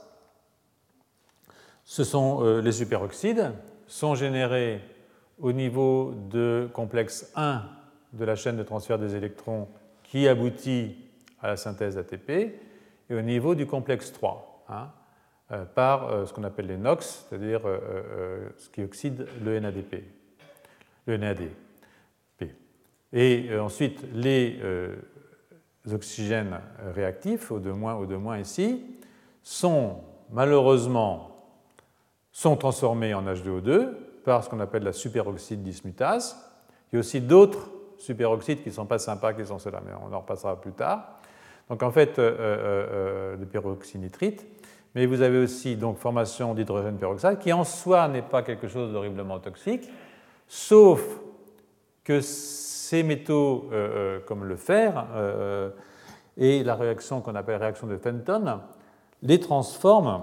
S2: Ce sont euh, les superoxydes, sont générés au niveau de complexe un de la chaîne de transfert des électrons qui aboutit à la synthèse d'A T P, et au niveau du complexe trois, hein, euh, par euh, ce qu'on appelle les N O X, c'est-à-dire euh, euh, ce qui oxyde le N A D P. Le N A D P. Et euh, ensuite, les euh, oxygènes réactifs, O deux moins, O deux moins ici, sont malheureusement sont transformés en H deux O deux par ce qu'on appelle la superoxyde dismutase. Il y a aussi d'autres superoxydes qui ne sont pas sympas, qui sont ceux-là, mais on en repassera plus tard. Donc en fait, euh, euh, le peroxynitrite, mais vous avez aussi donc formation d'hydrogène peroxyde, qui en soi n'est pas quelque chose d'horriblement toxique, sauf que ces métaux, euh, comme le fer, euh, et la réaction qu'on appelle réaction de Fenton, les transforment.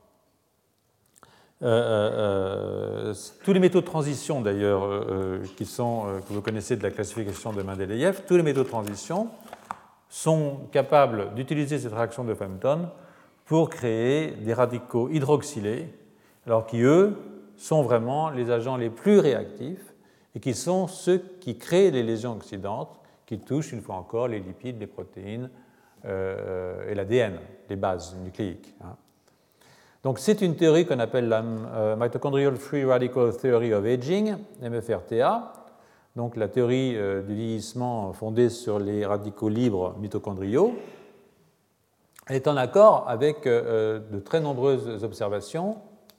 S2: Euh, euh, tous les métaux de transition, d'ailleurs, euh, qui sont, euh, que vous connaissez de la classification de Mendeleïev, tous les métaux de transition sont capables d'utiliser cette réaction de Fenton pour créer des radicaux hydroxylés, alors qui, eux, sont vraiment les agents les plus réactifs et qui sont ceux qui créent les lésions oxydantes qui touchent, une fois encore, les lipides, les protéines euh, et l'A D N, les bases nucléiques. Hein. Donc c'est une théorie qu'on appelle la euh, Mitochondrial Free Radical Theory of Aging, M F R T A, donc la théorie euh, du vieillissement fondée sur les radicaux libres mitochondriaux. Elle est en accord avec euh, de très nombreuses observations.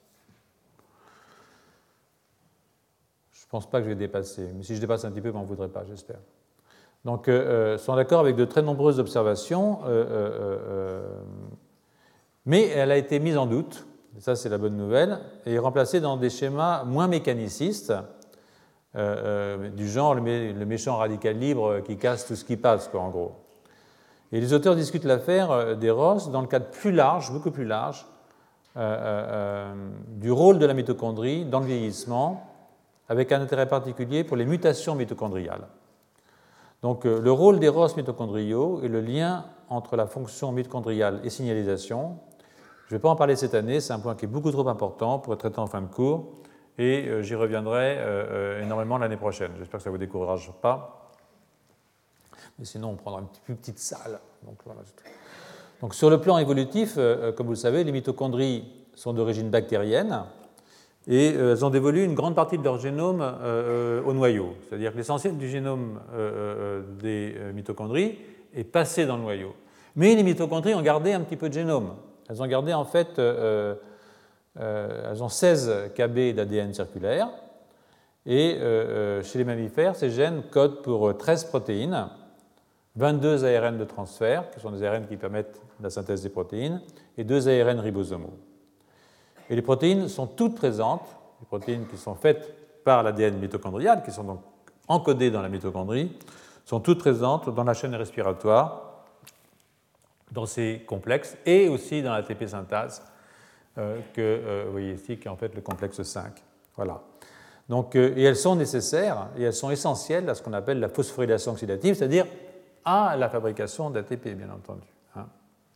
S2: Je ne pense pas que je vais dépasser, mais si je dépasse un petit peu, vous m'en voudrez pas, j'espère. Donc, euh, sont d'accord avec de très nombreuses observations, euh, euh, euh, mais elle a été mise en doute, ça c'est la bonne nouvelle, et remplacée dans des schémas moins mécanicistes, euh, euh, du genre le, mé le méchant radical libre qui casse tout ce qui passe, quoi, en gros. Et les auteurs discutent l'affaire des Ross dans le cadre plus large, beaucoup plus large, euh, euh, du rôle de la mitochondrie dans le vieillissement, avec un intérêt particulier pour les mutations mitochondriales. Donc, le rôle des Ross mitochondriaux et le lien entre la fonction mitochondriale et signalisation. Je ne vais pas en parler cette année, c'est un point qui est beaucoup trop important pour être traité en fin de cours, et euh, j'y reviendrai euh, énormément l'année prochaine. J'espère que ça ne vous décourage pas. Mais sinon, on prendra une plus petite salle. Donc, voilà. Donc, sur le plan évolutif, euh, comme vous le savez, les mitochondries sont d'origine bactérienne et euh, elles ont dévolu une grande partie de leur génome euh, au noyau. C'est-à-dire que l'essentiel du génome euh, des mitochondries est passé dans le noyau. Mais les mitochondries ont gardé un petit peu de génome. Elles ont gardé en fait, euh, euh, elles ont seize K B d'A D N circulaire et euh, chez les mammifères, ces gènes codent pour treize protéines, vingt-deux A R N de transfert, qui sont des A R N qui permettent la synthèse des protéines, et deux A R N ribosomaux. Et les protéines sont toutes présentes, les protéines qui sont faites par l'A D N mitochondrial, qui sont donc encodées dans la mitochondrie, sont toutes présentes dans la chaîne respiratoire, dans ces complexes, et aussi dans la T P synthase, euh, que euh, vous voyez ici, qui est en fait le complexe cinq. Voilà. Donc, euh, et elles sont nécessaires, et elles sont essentielles à ce qu'on appelle la phosphorylation oxydative, c'est-à-dire à la fabrication d'A T P, bien entendu. Hein.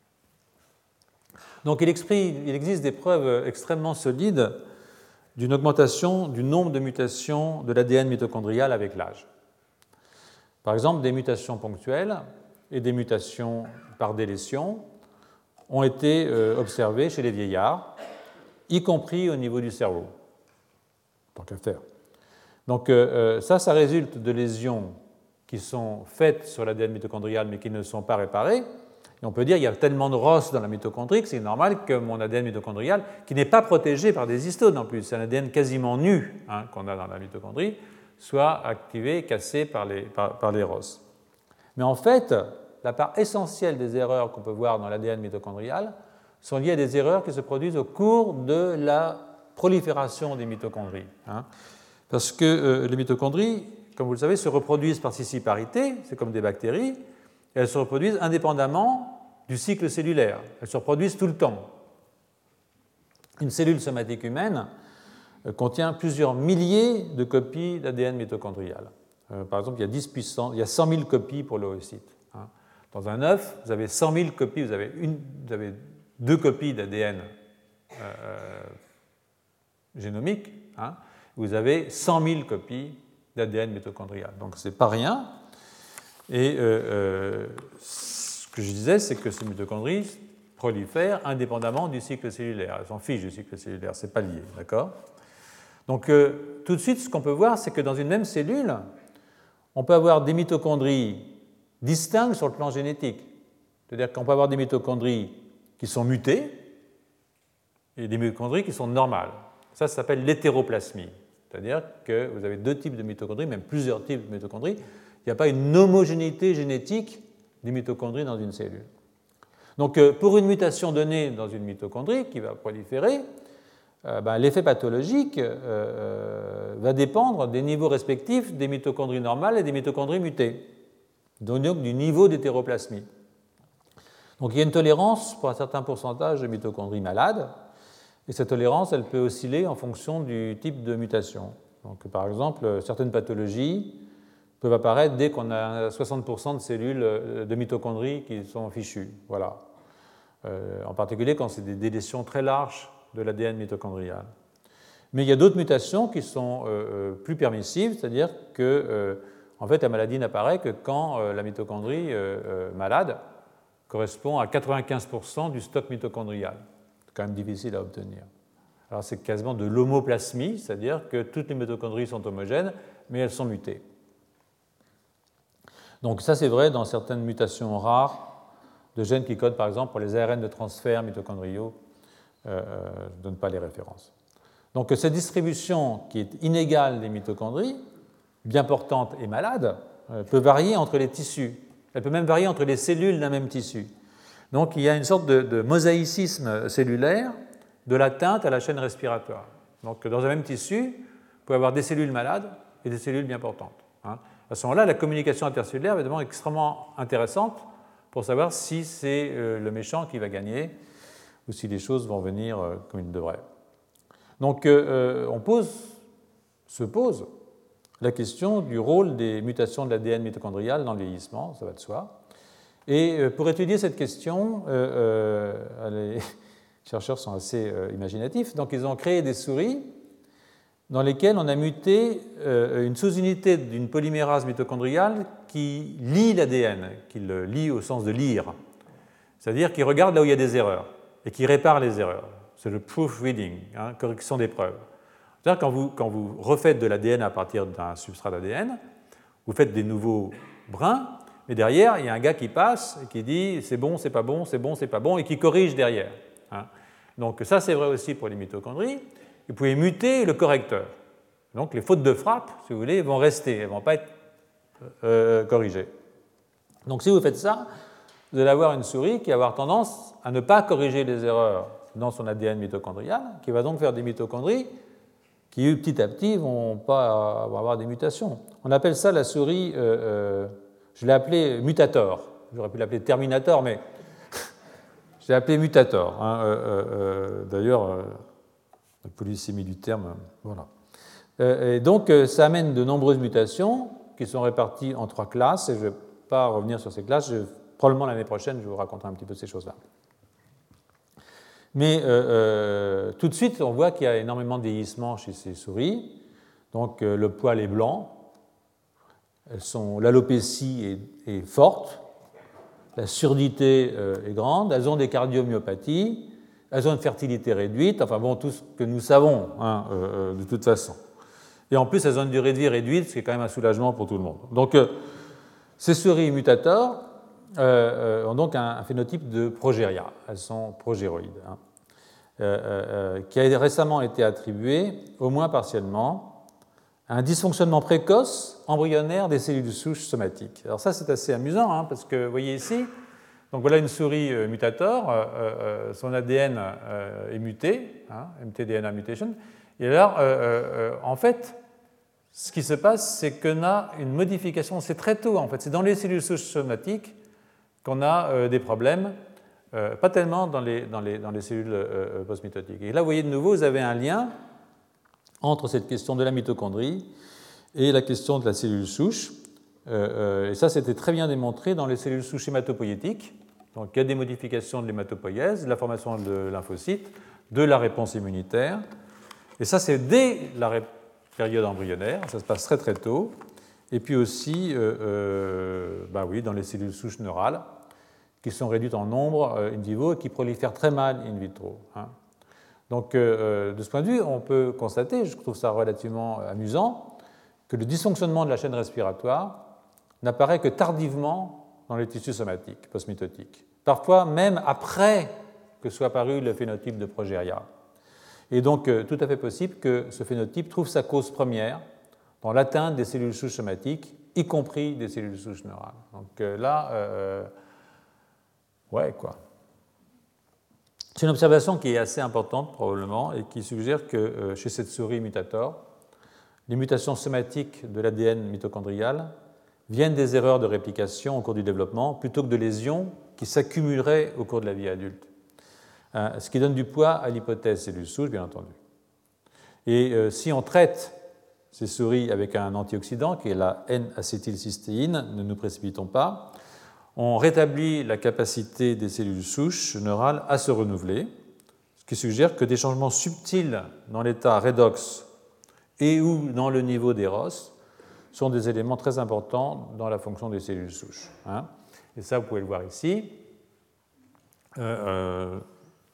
S2: Donc il, exprime, il existe des preuves extrêmement solides d'une augmentation du nombre de mutations de l'A D N mitochondrial avec l'âge. Par exemple, des mutations ponctuelles et des mutations par délétion ont été euh, observées chez les vieillards, y compris au niveau du cerveau. Tant qu'à faire. Donc euh, ça, ça résulte de lésions qui sont faites sur l'A D N mitochondrial mais qui ne sont pas réparées. Et on peut dire qu'il y a tellement de Ross dans la mitochondrie que c'est normal que mon A D N mitochondrial, qui n'est pas protégé par des histones en plus, c'est un A D N quasiment nu hein, qu'on a dans la mitochondrie, soit activé, cassé par les, par, par les Ross. Mais en fait, la part essentielle des erreurs qu'on peut voir dans l'A D N mitochondrial sont liées à des erreurs qui se produisent au cours de la prolifération des mitochondries. Hein, parce que euh, les mitochondries, comme vous le savez, se reproduisent par scissiparité, c'est comme des bactéries, et elles se reproduisent indépendamment du cycle cellulaire. Elles se reproduisent tout le temps. Une cellule somatique humaine contient plusieurs milliers de copies d'A D N mitochondrial. Euh, par exemple, il y a, dix puissance, il y a cent mille copies pour l'oocyte. Hein. Dans un œuf, vous avez cent mille copies, vous avez, une, vous avez deux copies d'A D N euh, génomique, hein. Vous avez cent mille copies d'A D N mitochondrial. Donc, ce n'est pas rien. Et euh, euh, ce que je disais, c'est que ces mitochondries prolifèrent indépendamment du cycle cellulaire. Elles s'en fichent du cycle cellulaire, ce n'est pas lié. D'accord ? Donc, euh, tout de suite, ce qu'on peut voir, c'est que dans une même cellule, on peut avoir des mitochondries distinctes sur le plan génétique. C'est-à-dire qu'on peut avoir des mitochondries qui sont mutées et des mitochondries qui sont normales. Ça, ça s'appelle l'hétéroplasmie. C'est-à-dire que vous avez deux types de mitochondries, même plusieurs types de mitochondries. Il n'y a pas une homogénéité génétique des mitochondries dans une cellule. Donc, pour une mutation donnée dans une mitochondrie qui va proliférer, euh, ben, l'effet pathologique euh, va dépendre des niveaux respectifs des mitochondries normales et des mitochondries mutées, donc du niveau d'hétéroplasmie. Donc, il y a une tolérance pour un certain pourcentage de mitochondries malades, et cette tolérance, elle peut osciller en fonction du type de mutation. Donc, par exemple, certaines pathologies peuvent apparaître dès qu'on a soixante pour cent de cellules de mitochondries qui sont fichues. Voilà. euh, en particulier quand c'est des délétions très larges de l'A D N mitochondrial. Mais il y a d'autres mutations qui sont euh, plus permissives, c'est-à-dire que euh, en fait, la maladie n'apparaît que quand euh, la mitochondrie euh, euh, malade correspond à quatre-vingt-quinze pour cent du stock mitochondrial. C'est quand même difficile à obtenir. Alors c'est quasiment de l'homoplasmie, c'est-à-dire que toutes les mitochondries sont homogènes, mais elles sont mutées. Donc ça c'est vrai dans certaines mutations rares de gènes qui codent par exemple pour les A R N de transfert mitochondriaux. Euh, je ne donne pas les références. Donc cette distribution qui est inégale des mitochondries, bien portante et malade, euh, peut varier entre les tissus. Elle peut même varier entre les cellules d'un même tissu. Donc il y a une sorte de, de mosaïcisme cellulaire de l'atteinte à la chaîne respiratoire. Donc dans un même tissu, vous pouvez avoir des cellules malades et des cellules bien portantes. Hein. À ce moment-là, la communication intercellulaire est évidemment extrêmement intéressante pour savoir si c'est euh, le méchant qui va gagner ou si les choses vont venir euh, comme ils devraient. Donc euh, on pose, se pose la question du rôle des mutations de l'A D N mitochondrial dans le vieillissement, ça va de soi. Et euh, pour étudier cette question, euh, euh, les chercheurs sont assez euh, imaginatifs, donc ils ont créé des souris dans lesquelles on a muté euh, une sous-unité d'une polymérase mitochondriale qui lit l'A D N, qui le lit au sens de lire, c'est-à-dire qui regarde là où il y a des erreurs et qui répare les erreurs. C'est le proofreading, hein, correction des preuves. C'est-à-dire quand vous, quand vous refaites de l'A D N à partir d'un substrat d'A D N, vous faites des nouveaux brins, mais derrière, il y a un gars qui passe et qui dit c'est bon, c'est pas bon, c'est bon, c'est pas bon, et qui corrige derrière. Hein. Donc ça, c'est vrai aussi pour les mitochondries. Vous pouvez muter le correcteur. Donc les fautes de frappe, si vous voulez, vont rester, elles ne vont pas être euh, corrigées. Donc si vous faites ça, vous allez avoir une souris qui va avoir tendance à ne pas corriger les erreurs dans son A D N mitochondrial, qui va donc faire des mitochondries qui petit à petit vont, pas, vont avoir des mutations. On appelle ça la souris, euh, euh, je l'ai appelée mutator, j'aurais pu l'appeler terminator, mais je l'ai appelée mutator. Hein, euh, euh, d'ailleurs, euh, la polysémie du terme, voilà. Euh, et donc ça amène de nombreuses mutations qui sont réparties en trois classes, et je ne vais pas revenir sur ces classes, je, probablement l'année prochaine je vous raconterai un petit peu ces choses-là. Mais euh, euh, tout de suite, on voit qu'il y a énormément de vieillissement chez ces souris. Donc euh, le poil est blanc, l'alopécie est, est forte, la surdité euh, est grande, elles ont des cardiomyopathies, elles ont une fertilité réduite, enfin bon, tout ce que nous savons hein, euh, de toute façon. Et en plus, elles ont une durée de vie réduite, ce qui est quand même un soulagement pour tout le monde. Donc euh, ces souris mutators euh, euh, ont donc un, un phénotype de progéria, elles sont progéroïdes. Hein. Euh, euh, qui a récemment été attribué, au moins partiellement, à un dysfonctionnement précoce embryonnaire des cellules souches somatiques. Alors ça, c'est assez amusant, hein, parce que vous voyez ici, donc voilà une souris euh, mutator, euh, euh, son A D N euh, est muté, hein, M T D N A mutation, et alors, euh, euh, en fait, ce qui se passe, c'est qu'on a une modification, c'est très tôt, en fait, c'est dans les cellules souches somatiques qu'on a euh, des problèmes. Euh, pas tellement dans les, dans les, dans les cellules euh, postmitotiques. Et là, vous voyez de nouveau, vous avez un lien entre cette question de la mitochondrie et la question de la cellule souche. Euh, euh, et ça, c'était très bien démontré dans les cellules souches hématopoïétiques. Donc, il y a des modifications de l'hématopoïèse, de la formation de lymphocytes, de la réponse immunitaire. Et ça, c'est dès la période embryonnaire, ça se passe très très tôt. Et puis aussi, euh, euh, bah oui, dans les cellules souches neurales, qui sont réduites en nombre in vivo et qui prolifèrent très mal in vitro. Hein. Donc, euh, de ce point de vue, on peut constater, je trouve ça relativement amusant, que le dysfonctionnement de la chaîne respiratoire n'apparaît que tardivement dans les tissus somatiques, postmitotiques. Parfois même après que soit apparu le phénotype de progéria. Et donc, euh, tout à fait possible que ce phénotype trouve sa cause première dans l'atteinte des cellules souches somatiques, y compris des cellules souches neurales. Donc euh, là, euh, ouais, quoi. C'est une observation qui est assez importante, probablement, et qui suggère que euh, chez cette souris mutator, les mutations somatiques de l'A D N mitochondrial viennent des erreurs de réplication au cours du développement, plutôt que de lésions qui s'accumuleraient au cours de la vie adulte. Euh, ce qui donne du poids à l'hypothèse cellule souche, bien entendu. Et euh, si on traite ces souris avec un antioxydant, qui est la N-acétylcystéine, ne nous précipitons pas, on rétablit la capacité des cellules souches neurales à se renouveler, ce qui suggère que des changements subtils dans l'état redox et ou dans le niveau des R O S sont des éléments très importants dans la fonction des cellules souches. Hein. Et ça, vous pouvez le voir ici. Euh, euh,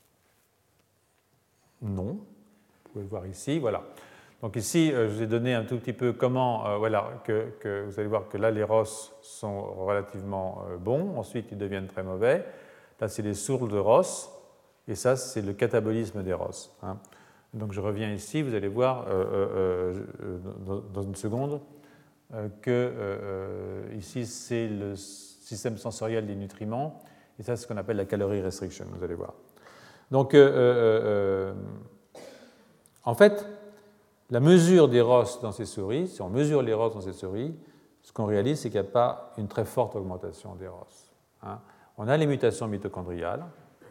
S2: non, vous pouvez le voir ici, voilà. Donc ici, euh, je vous ai donné un tout petit peu comment, euh, voilà, que, que vous allez voir que là, les R O S sont relativement euh, bons, ensuite ils deviennent très mauvais. Là, c'est les sources de R O S, et ça, c'est le catabolisme des R O S. Hein. Donc je reviens ici, vous allez voir euh, euh, euh, dans une seconde euh, que euh, ici, c'est le système sensoriel des nutriments, et ça, c'est ce qu'on appelle la calorie restriction, vous allez voir. Donc, euh, euh, euh, en fait, la mesure des R O S dans ces souris, si on mesure les R O S dans ces souris, ce qu'on réalise, c'est qu'il n'y a pas une très forte augmentation des R O S. Hein. On a les mutations mitochondriales,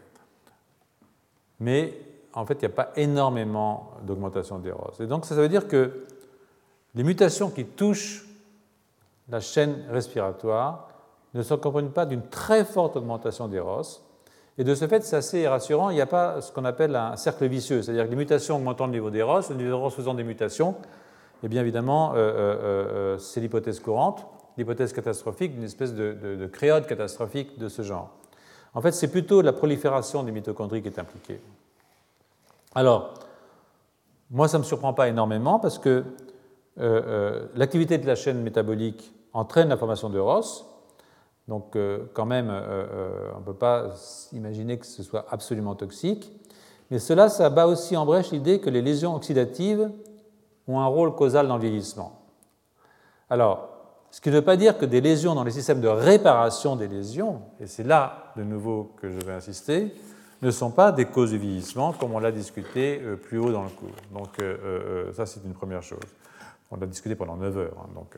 S2: mais en fait, il n'y a pas énormément d'augmentation des R O S. Et donc, ça veut dire que les mutations qui touchent la chaîne respiratoire ne s'accompagnent pas d'une très forte augmentation des R O S. Et de ce fait, c'est assez rassurant, il n'y a pas ce qu'on appelle un cercle vicieux, c'est-à-dire que les mutations augmentant le niveau des R O S, le niveau des R O S faisant des mutations, et bien évidemment, euh, euh, euh, c'est l'hypothèse courante, l'hypothèse catastrophique d'une espèce de, de, de créode catastrophique de ce genre. En fait, c'est plutôt la prolifération des mitochondries qui est impliquée. Alors, moi, ça ne me surprend pas énormément parce que euh, euh, l'activité de la chaîne métabolique entraîne la formation de R O S. Donc, euh, quand même, euh, euh, on ne peut pas imaginer que ce soit absolument toxique. Mais cela, ça bat aussi en brèche l'idée que les lésions oxydatives ont un rôle causal dans le vieillissement. Alors, ce qui ne veut pas dire que des lésions dans les systèmes de réparation des lésions, et c'est là de nouveau que je vais insister, ne sont pas des causes du vieillissement, comme on l'a discuté euh, plus haut dans le cours. Donc, euh, euh, ça, c'est une première chose. On l'a discuté pendant neuf heures. Hein, donc.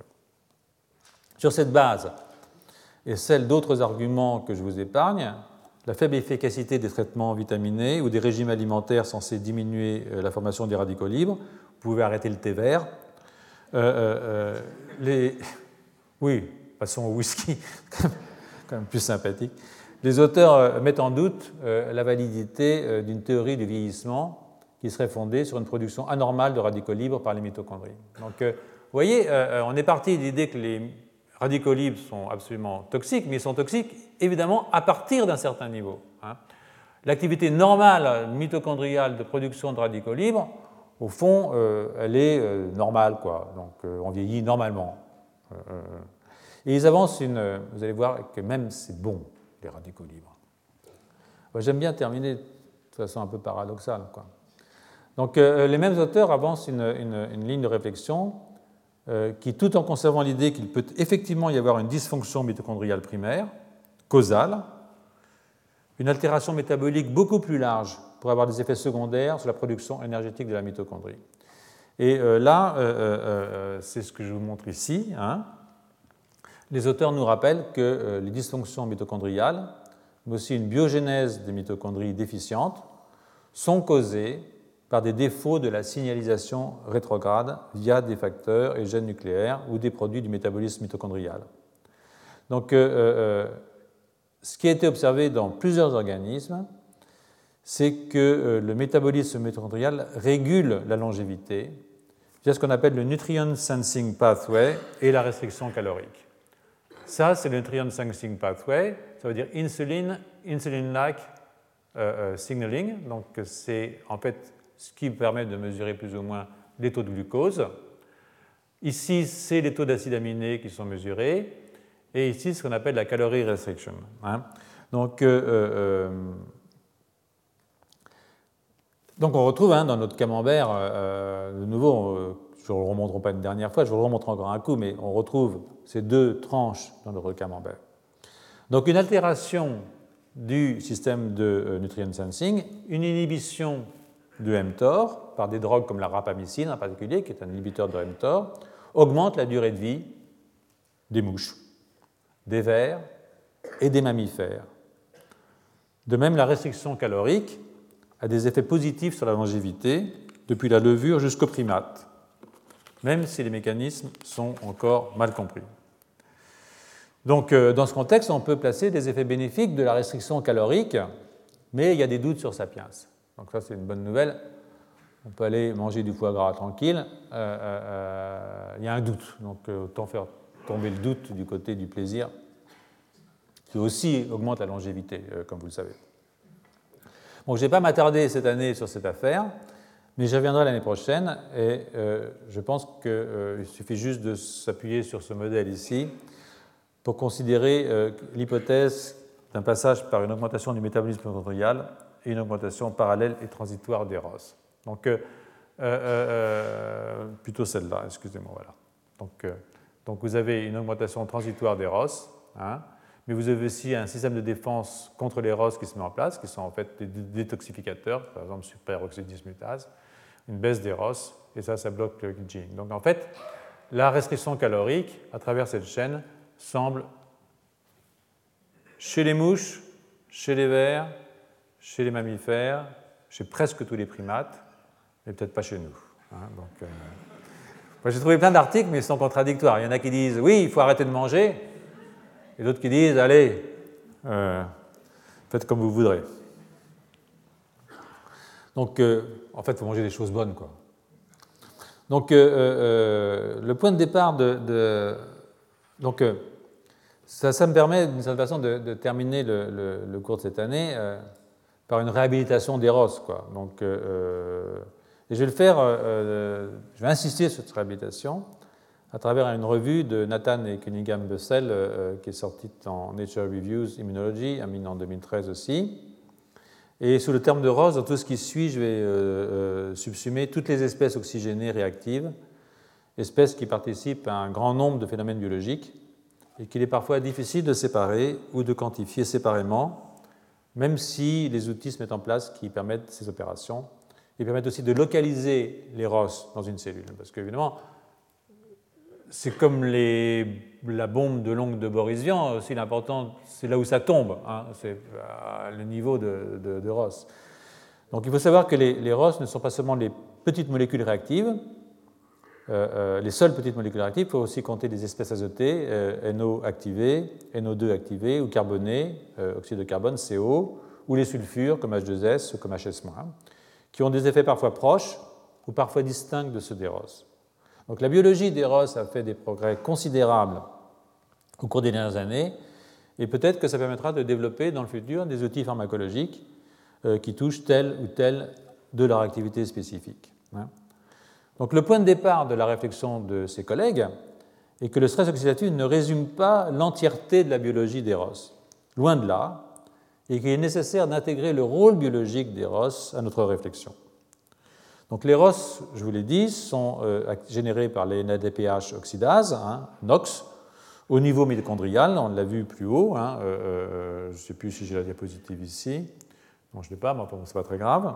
S2: Sur cette base, et celle d'autres arguments que je vous épargne, la faible efficacité des traitements vitaminés ou des régimes alimentaires censés diminuer la formation des radicaux libres, vous pouvez arrêter le thé vert. Euh, euh, les... Oui, passons au whisky, quand même plus sympathique. Les auteurs mettent en doute la validité d'une théorie du vieillissement qui serait fondée sur une production anormale de radicaux libres par les mitochondries. Donc, vous voyez, on est parti de l'idée que les radicaux libres sont absolument toxiques, mais ils sont toxiques évidemment à partir d'un certain niveau. Hein. L'activité normale mitochondriale de production de radicaux libres, au fond, euh, elle est euh, normale, quoi. Donc euh, on vieillit normalement. Euh, et ils avancent une. Vous allez voir que même c'est bon, les radicaux libres. Moi, j'aime bien terminer de façon un peu paradoxale, quoi. Donc euh, les mêmes auteurs avancent une, une, une ligne de réflexion qui, tout en conservant l'idée qu'il peut effectivement y avoir une dysfonction mitochondriale primaire, causale, une altération métabolique beaucoup plus large pour avoir des effets secondaires sur la production énergétique de la mitochondrie. Et euh, là, euh, euh, c'est ce que je vous montre ici. Hein. Les auteurs nous rappellent que euh, les dysfonctions mitochondriales, mais aussi une biogénèse des mitochondries déficientes, sont causées par des défauts de la signalisation rétrograde via des facteurs et gènes nucléaires ou des produits du métabolisme mitochondrial. Donc, euh, euh, ce qui a été observé dans plusieurs organismes, c'est que euh, le métabolisme mitochondrial régule la longévité via ce qu'on appelle le nutrient sensing pathway et la restriction calorique. Ça, c'est le nutrient sensing pathway, ça veut dire insulin, insulin-like euh, signaling, donc c'est en fait ce qui permet de mesurer plus ou moins les taux de glucose. Ici, c'est les taux d'acides aminés qui sont mesurés, et ici, ce qu'on appelle la calorie restriction. Hein. Donc, euh, euh, donc, on retrouve hein, dans notre camembert, euh, de nouveau, euh, je ne le remonterai pas une dernière fois, je vous le remontre encore un coup, mais on retrouve ces deux tranches dans notre camembert. Donc, une altération du système de euh, nutrient sensing, une inhibition de mTOR, par des drogues comme la rapamycine en particulier, qui est un inhibiteur de mTOR, augmente la durée de vie des mouches, des vers et des mammifères. De même, la restriction calorique a des effets positifs sur la longévité, depuis la levure jusqu'aux primates, même si les mécanismes sont encore mal compris. Donc, euh, dans ce contexte, on peut placer des effets bénéfiques de la restriction calorique, mais il y a des doutes sur Sapiens. Donc ça, c'est une bonne nouvelle. On peut aller manger du foie gras tranquille. Euh, euh, il y a un doute, donc euh, autant faire tomber le doute du côté du plaisir, qui aussi augmente la longévité, euh, comme vous le savez. Bon, je ne vais pas m'attarder cette année sur cette affaire, mais j'y reviendrai l'année prochaine, et euh, je pense qu'il euh, suffit juste de s'appuyer sur ce modèle ici pour considérer euh, l'hypothèse d'un passage par une augmentation du métabolisme mitochondrial et une augmentation parallèle et transitoire des R O S. Donc, euh, euh, plutôt celle-là, excusez-moi, voilà. Donc, euh, donc, vous avez une augmentation transitoire des R O S, hein, mais vous avez aussi un système de défense contre les R O S qui se met en place, qui sont en fait des détoxificateurs, par exemple superoxydismutase, une baisse des R O S, et ça, ça bloque le gene. Donc, en fait, la restriction calorique, à travers cette chaîne, semble chez les mouches, chez les vers, chez les mammifères, chez presque tous les primates, mais peut-être pas chez nous. Hein, donc, euh... Moi, j'ai trouvé plein d'articles, mais ils sont contradictoires. Il y en a qui disent « oui, il faut arrêter de manger », et d'autres qui disent « allez, euh, faites comme vous voudrez ». Donc, euh, en fait, il faut manger des choses bonnes, quoi. Donc, euh, euh, le point de départ de... de donc, euh, ça, ça me permet, d'une certaine façon, de, de terminer le, le, le cours de cette année euh, par une réhabilitation des R O S, quoi. Donc, euh, et je vais le faire, euh, je vais insister sur cette réhabilitation à travers une revue de Nathan et Cunningham-Bussell euh, qui est sortie en Nature Reviews Immunology, en deux mille treize aussi. Et sous le terme de R O S, dans tout ce qui suit, je vais euh, euh, subsumer toutes les espèces oxygénées réactives, espèces qui participent à un grand nombre de phénomènes biologiques et qu'il est parfois difficile de séparer ou de quantifier séparément, même si les outils se mettent en place qui permettent ces opérations. Ils permettent aussi de localiser les R O S dans une cellule, parce qu'évidemment, c'est comme les, la bombe de longue de Boris Vian, aussi l'important, c'est là où ça tombe, hein, c'est à le niveau de, de, de R O S. Donc il faut savoir que les, les R O S ne sont pas seulement les petites molécules réactives, euh, euh, les seules petites molécules réactives, il faut aussi compter les espèces azotées, euh, N O activées, N O deux activées ou carbonées, euh, oxyde de carbone, C O, ou les sulfures comme H deux S ou comme H S-, qui ont des effets parfois proches ou parfois distincts de ceux des R O S. Donc la biologie des R O S a fait des progrès considérables au cours des dernières années, et peut-être que ça permettra de développer dans le futur des outils pharmacologiques euh, qui touchent telle ou telle de leur activité spécifique. Hein. Donc le point de départ de la réflexion de ces collègues est que le stress oxydatif ne résume pas l'entièreté de la biologie des R O S, loin de là, et qu'il est nécessaire d'intégrer le rôle biologique des R O S à notre réflexion. Donc les R O S, je vous l'ai dit, sont euh, générés par les N A D P H oxydases, hein, N O X, au niveau mitochondrial, on l'a vu plus haut, hein, euh, je ne sais plus si j'ai la diapositive ici, non je ne l'ai pas, mais enfin, ce n'est pas très grave,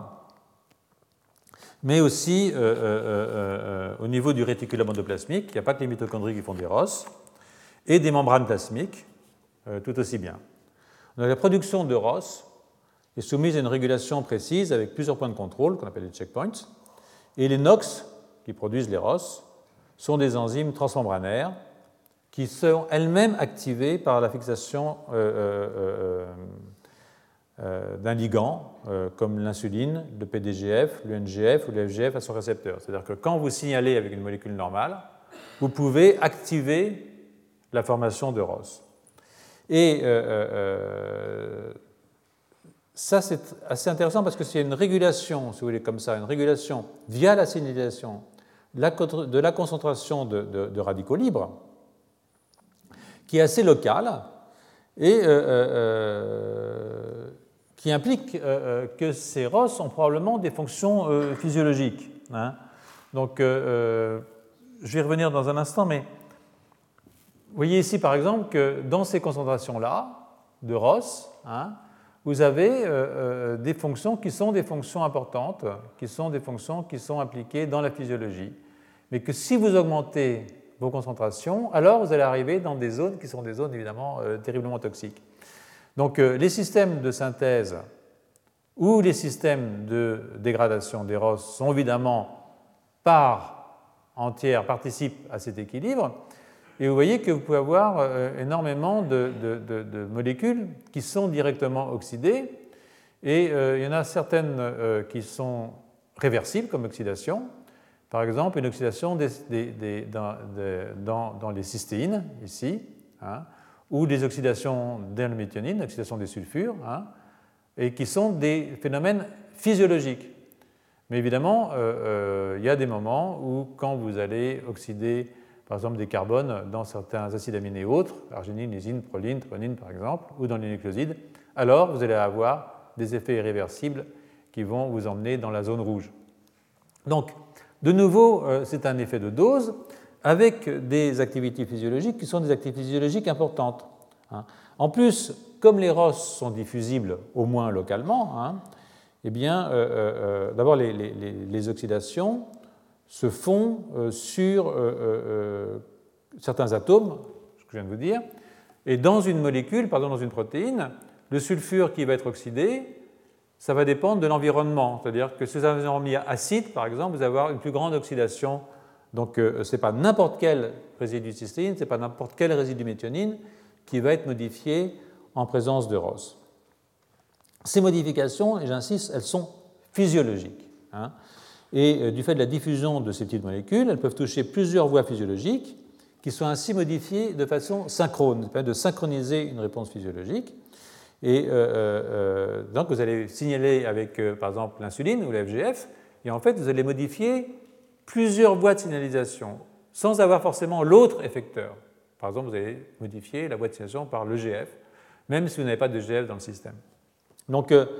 S2: mais aussi euh, euh, euh, au niveau du réticulum endoplasmique, il n'y a pas que les mitochondries qui font des R O S, et des membranes plasmiques, euh, tout aussi bien. Donc, la production de R O S est soumise à une régulation précise avec plusieurs points de contrôle, qu'on appelle les checkpoints, et les N O X, qui produisent les R O S, sont des enzymes transmembranaires qui sont elles-mêmes activées par la fixation euh, euh, euh, d'un ligand, euh, comme l'insuline, le P D G F, le N G F ou le F G F à son récepteur. C'est-à-dire que quand vous signalez avec une molécule normale, vous pouvez activer la formation de R O S. Et euh, euh, ça, c'est assez intéressant parce que c'est une régulation, si vous voulez, comme ça, une régulation via la signalisation de la concentration de, de, de radicaux libres, qui est assez locale et euh, euh, qui implique euh, que ces R O S ont probablement des fonctions euh, physiologiques. Hein. Donc, euh, je vais y revenir dans un instant, mais vous voyez ici, par exemple, que dans ces concentrations-là de R O S, hein, vous avez euh, euh, des fonctions qui sont des fonctions importantes, qui sont des fonctions qui sont impliquées dans la physiologie, mais que si vous augmentez vos concentrations, alors vous allez arriver dans des zones qui sont des zones évidemment euh, terriblement toxiques. Donc euh, les systèmes de synthèse ou les systèmes de dégradation des R O S sont évidemment par entière, participent à cet équilibre, Et vous voyez que vous pouvez avoir euh, énormément de, de, de, de molécules qui sont directement oxydées. Et euh, il y en a certaines euh, qui sont réversibles comme oxydation. Par exemple, une oxydation des, des, des, dans, des, dans, dans les cystéines, ici, hein, ou des oxydations dans le méthionine, l'oxydation des sulfures, hein, et qui sont des phénomènes physiologiques. Mais évidemment, euh, euh, il y a des moments où, quand vous allez oxyder, par exemple, des carbones dans certains acides aminés autres, arginine, lysine, proline, thréonine, par exemple, ou dans les nucléosides, alors vous allez avoir des effets irréversibles qui vont vous emmener dans la zone rouge. Donc, de nouveau, euh, c'est un effet de dose avec des activités physiologiques qui sont des activités physiologiques importantes. Hein. En plus, comme les R O S sont diffusibles au moins localement, hein, eh bien, euh, euh, d'abord, les, les, les oxydations se font euh, sur euh, euh, certains atomes, ce que je viens de vous dire, et dans une molécule, pardon, dans une protéine, le sulfure qui va être oxydé, ça va dépendre de l'environnement. C'est-à-dire que si vous avez un environnement acide, par exemple, vous allez avoir une plus grande oxydation. Donc, euh, ce n'est pas n'importe quel résidu de cystéine, ce n'est pas n'importe quel résidu de méthionine qui va être modifié en présence de R O S. Ces modifications, et j'insiste, elles sont physiologiques. Hein. Et euh, du fait de la diffusion de ces petites molécules, elles peuvent toucher plusieurs voies physiologiques qui sont ainsi modifiées de façon synchrone, ça permet de synchroniser une réponse physiologique. Et euh, euh, donc vous allez signaler avec, euh, par exemple, l'insuline ou la F G F, et en fait vous allez modifier plusieurs voies de signalisation sans avoir forcément l'autre effecteur. Par exemple, vous allez modifier la voie de signalisation par l'E G F, même si vous n'avez pas de G F dans le système. Donc, euh,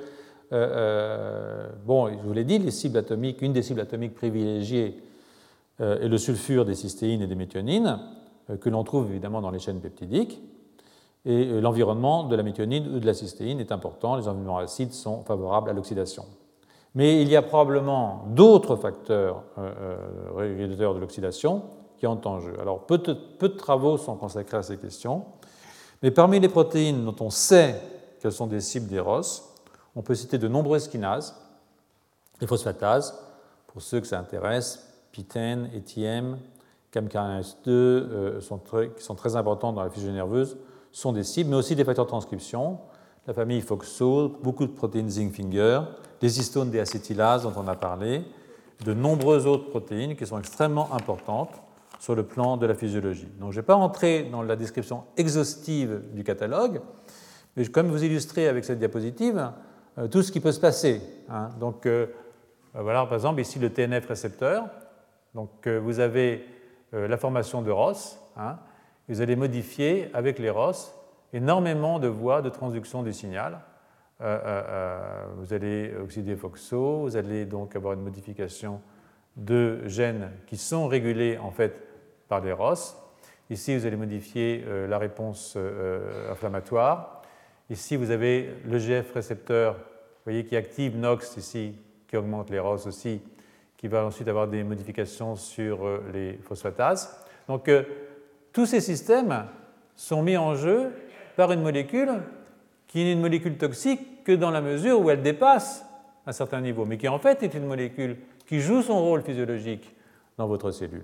S2: euh, bon, je vous l'ai dit, les cibles atomiques, une des cibles atomiques privilégiées euh, est le sulfure des cystéines et des méthionines, euh, que l'on trouve évidemment dans les chaînes peptidiques. Et euh, l'environnement de la méthionine ou de la cystéine est important. Les environnements acides sont favorables à l'oxydation. Mais il y a probablement d'autres facteurs euh, euh, régulateurs de l'oxydation qui entrent en jeu. Alors, peu de, peu de travaux sont consacrés à ces questions, mais parmi les protéines dont on sait qu'elles sont des cibles des R O S, on peut citer de nombreuses kinases, les phosphatases, pour ceux que ça intéresse, pitène, E T M, C A M quarante deux, euh, sont très, qui sont très importants dans la physiologie nerveuse, sont des cibles, mais aussi des facteurs de transcription, la famille FOXO, beaucoup de protéines zinc finger, les histones des acétylases dont on a parlé, de nombreuses autres protéines qui sont extrêmement importantes sur le plan de la physiologie. Donc, je ne vais pas entrer dans la description exhaustive du catalogue, mais je vais quand même vous illustrer avec cette diapositive euh, tout ce qui peut se passer. Hein. Donc, euh, voilà, par exemple, ici le T N F récepteur. Donc, euh, vous avez euh, la formation de R O S. Hein. Vous allez modifier avec les R O S énormément de voies de transduction du signal. Euh, euh, vous allez oxyder FOXO, vous allez donc avoir une modification de gènes qui sont régulés en fait par les R O S. Ici, vous allez modifier euh, la réponse euh, inflammatoire. Ici, vous avez le G F récepteur, vous voyez, qui active N O X ici, qui augmente les R O S aussi, qui va ensuite avoir des modifications sur euh, les phosphatases. Donc, euh, tous ces systèmes sont mis en jeu par une molécule qui n'est une molécule toxique que dans la mesure où elle dépasse un certain niveau, mais qui en fait est une molécule qui joue son rôle physiologique dans votre cellule.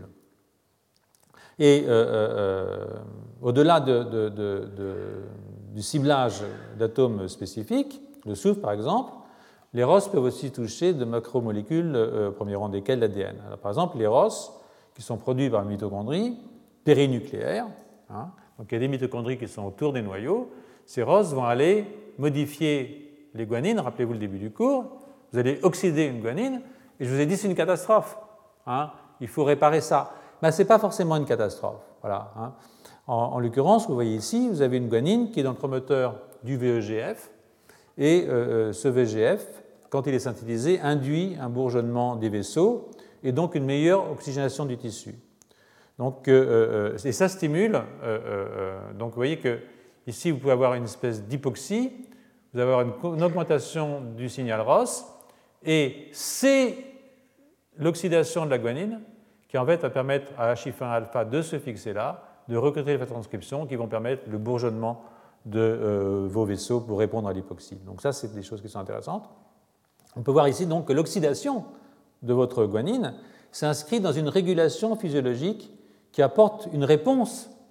S2: Et euh, euh, au-delà de, de, de, de, du ciblage d'atomes spécifiques, le soufre par exemple, les R O S peuvent aussi toucher de macromolécules, euh, au premier rang desquelles l'A D N. Alors, par exemple, les R O S qui sont produits par les mitochondries périnucléaires, hein, donc il y a des mitochondries qui sont autour des noyaux, ces R O S vont aller modifier les guanines, rappelez-vous le début du cours, vous allez oxyder une guanine, et je vous ai dit c'est une catastrophe, hein, il faut réparer ça. Mais ce n'est pas forcément une catastrophe. Voilà, hein. En, en l'occurrence, vous voyez ici, vous avez une guanine qui est dans le promoteur du V E G F, et euh, ce V E G F, quand il est synthétisé, induit un bourgeonnement des vaisseaux et donc une meilleure oxygénation du tissu. Donc, euh, euh, et ça stimule, euh, euh, donc vous voyez que ici vous pouvez avoir une espèce d'hypoxie, vous allez avoir une, une augmentation du signal R O S, et c'est l'oxydation de la guanine qui en fait va permettre à H I F un alpha de se fixer là, de recruter les facteurs de transcription qui vont permettre le bourgeonnement de euh, vos vaisseaux pour répondre à l'hypoxie. Donc ça, c'est des choses qui sont intéressantes. On peut voir ici donc que l'oxydation de votre guanine s'inscrit dans une régulation physiologique qui apporte une réponse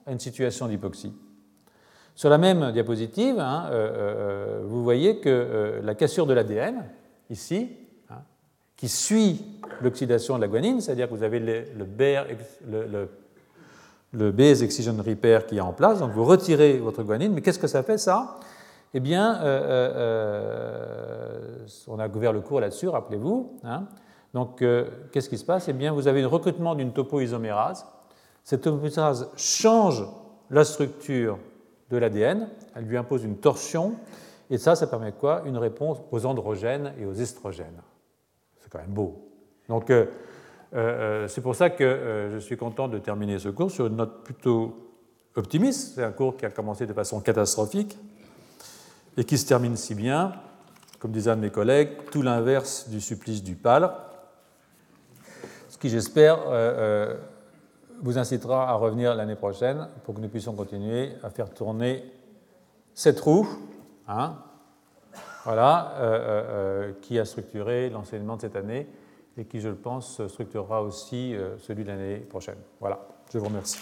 S2: à une situation d'hypoxie. Sur la même diapositive, hein, euh, euh, vous voyez que euh, la cassure de l'A D N, ici, hein, qui suit l'oxydation de la guanine, c'est-à-dire que vous avez le, le, le, le, le base excision repair qui est en place, donc vous retirez votre guanine, mais qu'est-ce que ça fait ça? Eh bien, euh, euh, on a couvert le cours là-dessus, rappelez-vous. Hein. Donc, euh, qu'est-ce qui se passe? Eh bien, vous avez un recrutement d'une topoisomérase. Cette topoisomérase change la structure de l'A D N, elle lui impose une torsion, et ça, ça permet quoi? Une réponse aux androgènes et aux estrogènes. C'est quand même beau. Donc, euh, euh, c'est pour ça que euh, je suis content de terminer ce cours sur une note plutôt optimiste. C'est un cours qui a commencé de façon catastrophique et qui se termine si bien, comme disait un de mes collègues, tout l'inverse du supplice du pâle, ce qui, j'espère, euh, euh, vous incitera à revenir l'année prochaine pour que nous puissions continuer à faire tourner cette roue, hein, voilà, euh, euh, qui a structuré l'enseignement de cette année et qui, je le pense, structurera aussi euh, celui de l'année prochaine. Voilà, je vous remercie.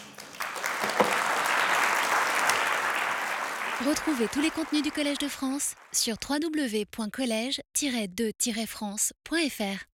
S1: Retrouvez tous les contenus du Collège de France sur w w w point collège tiret de tiret france point f r.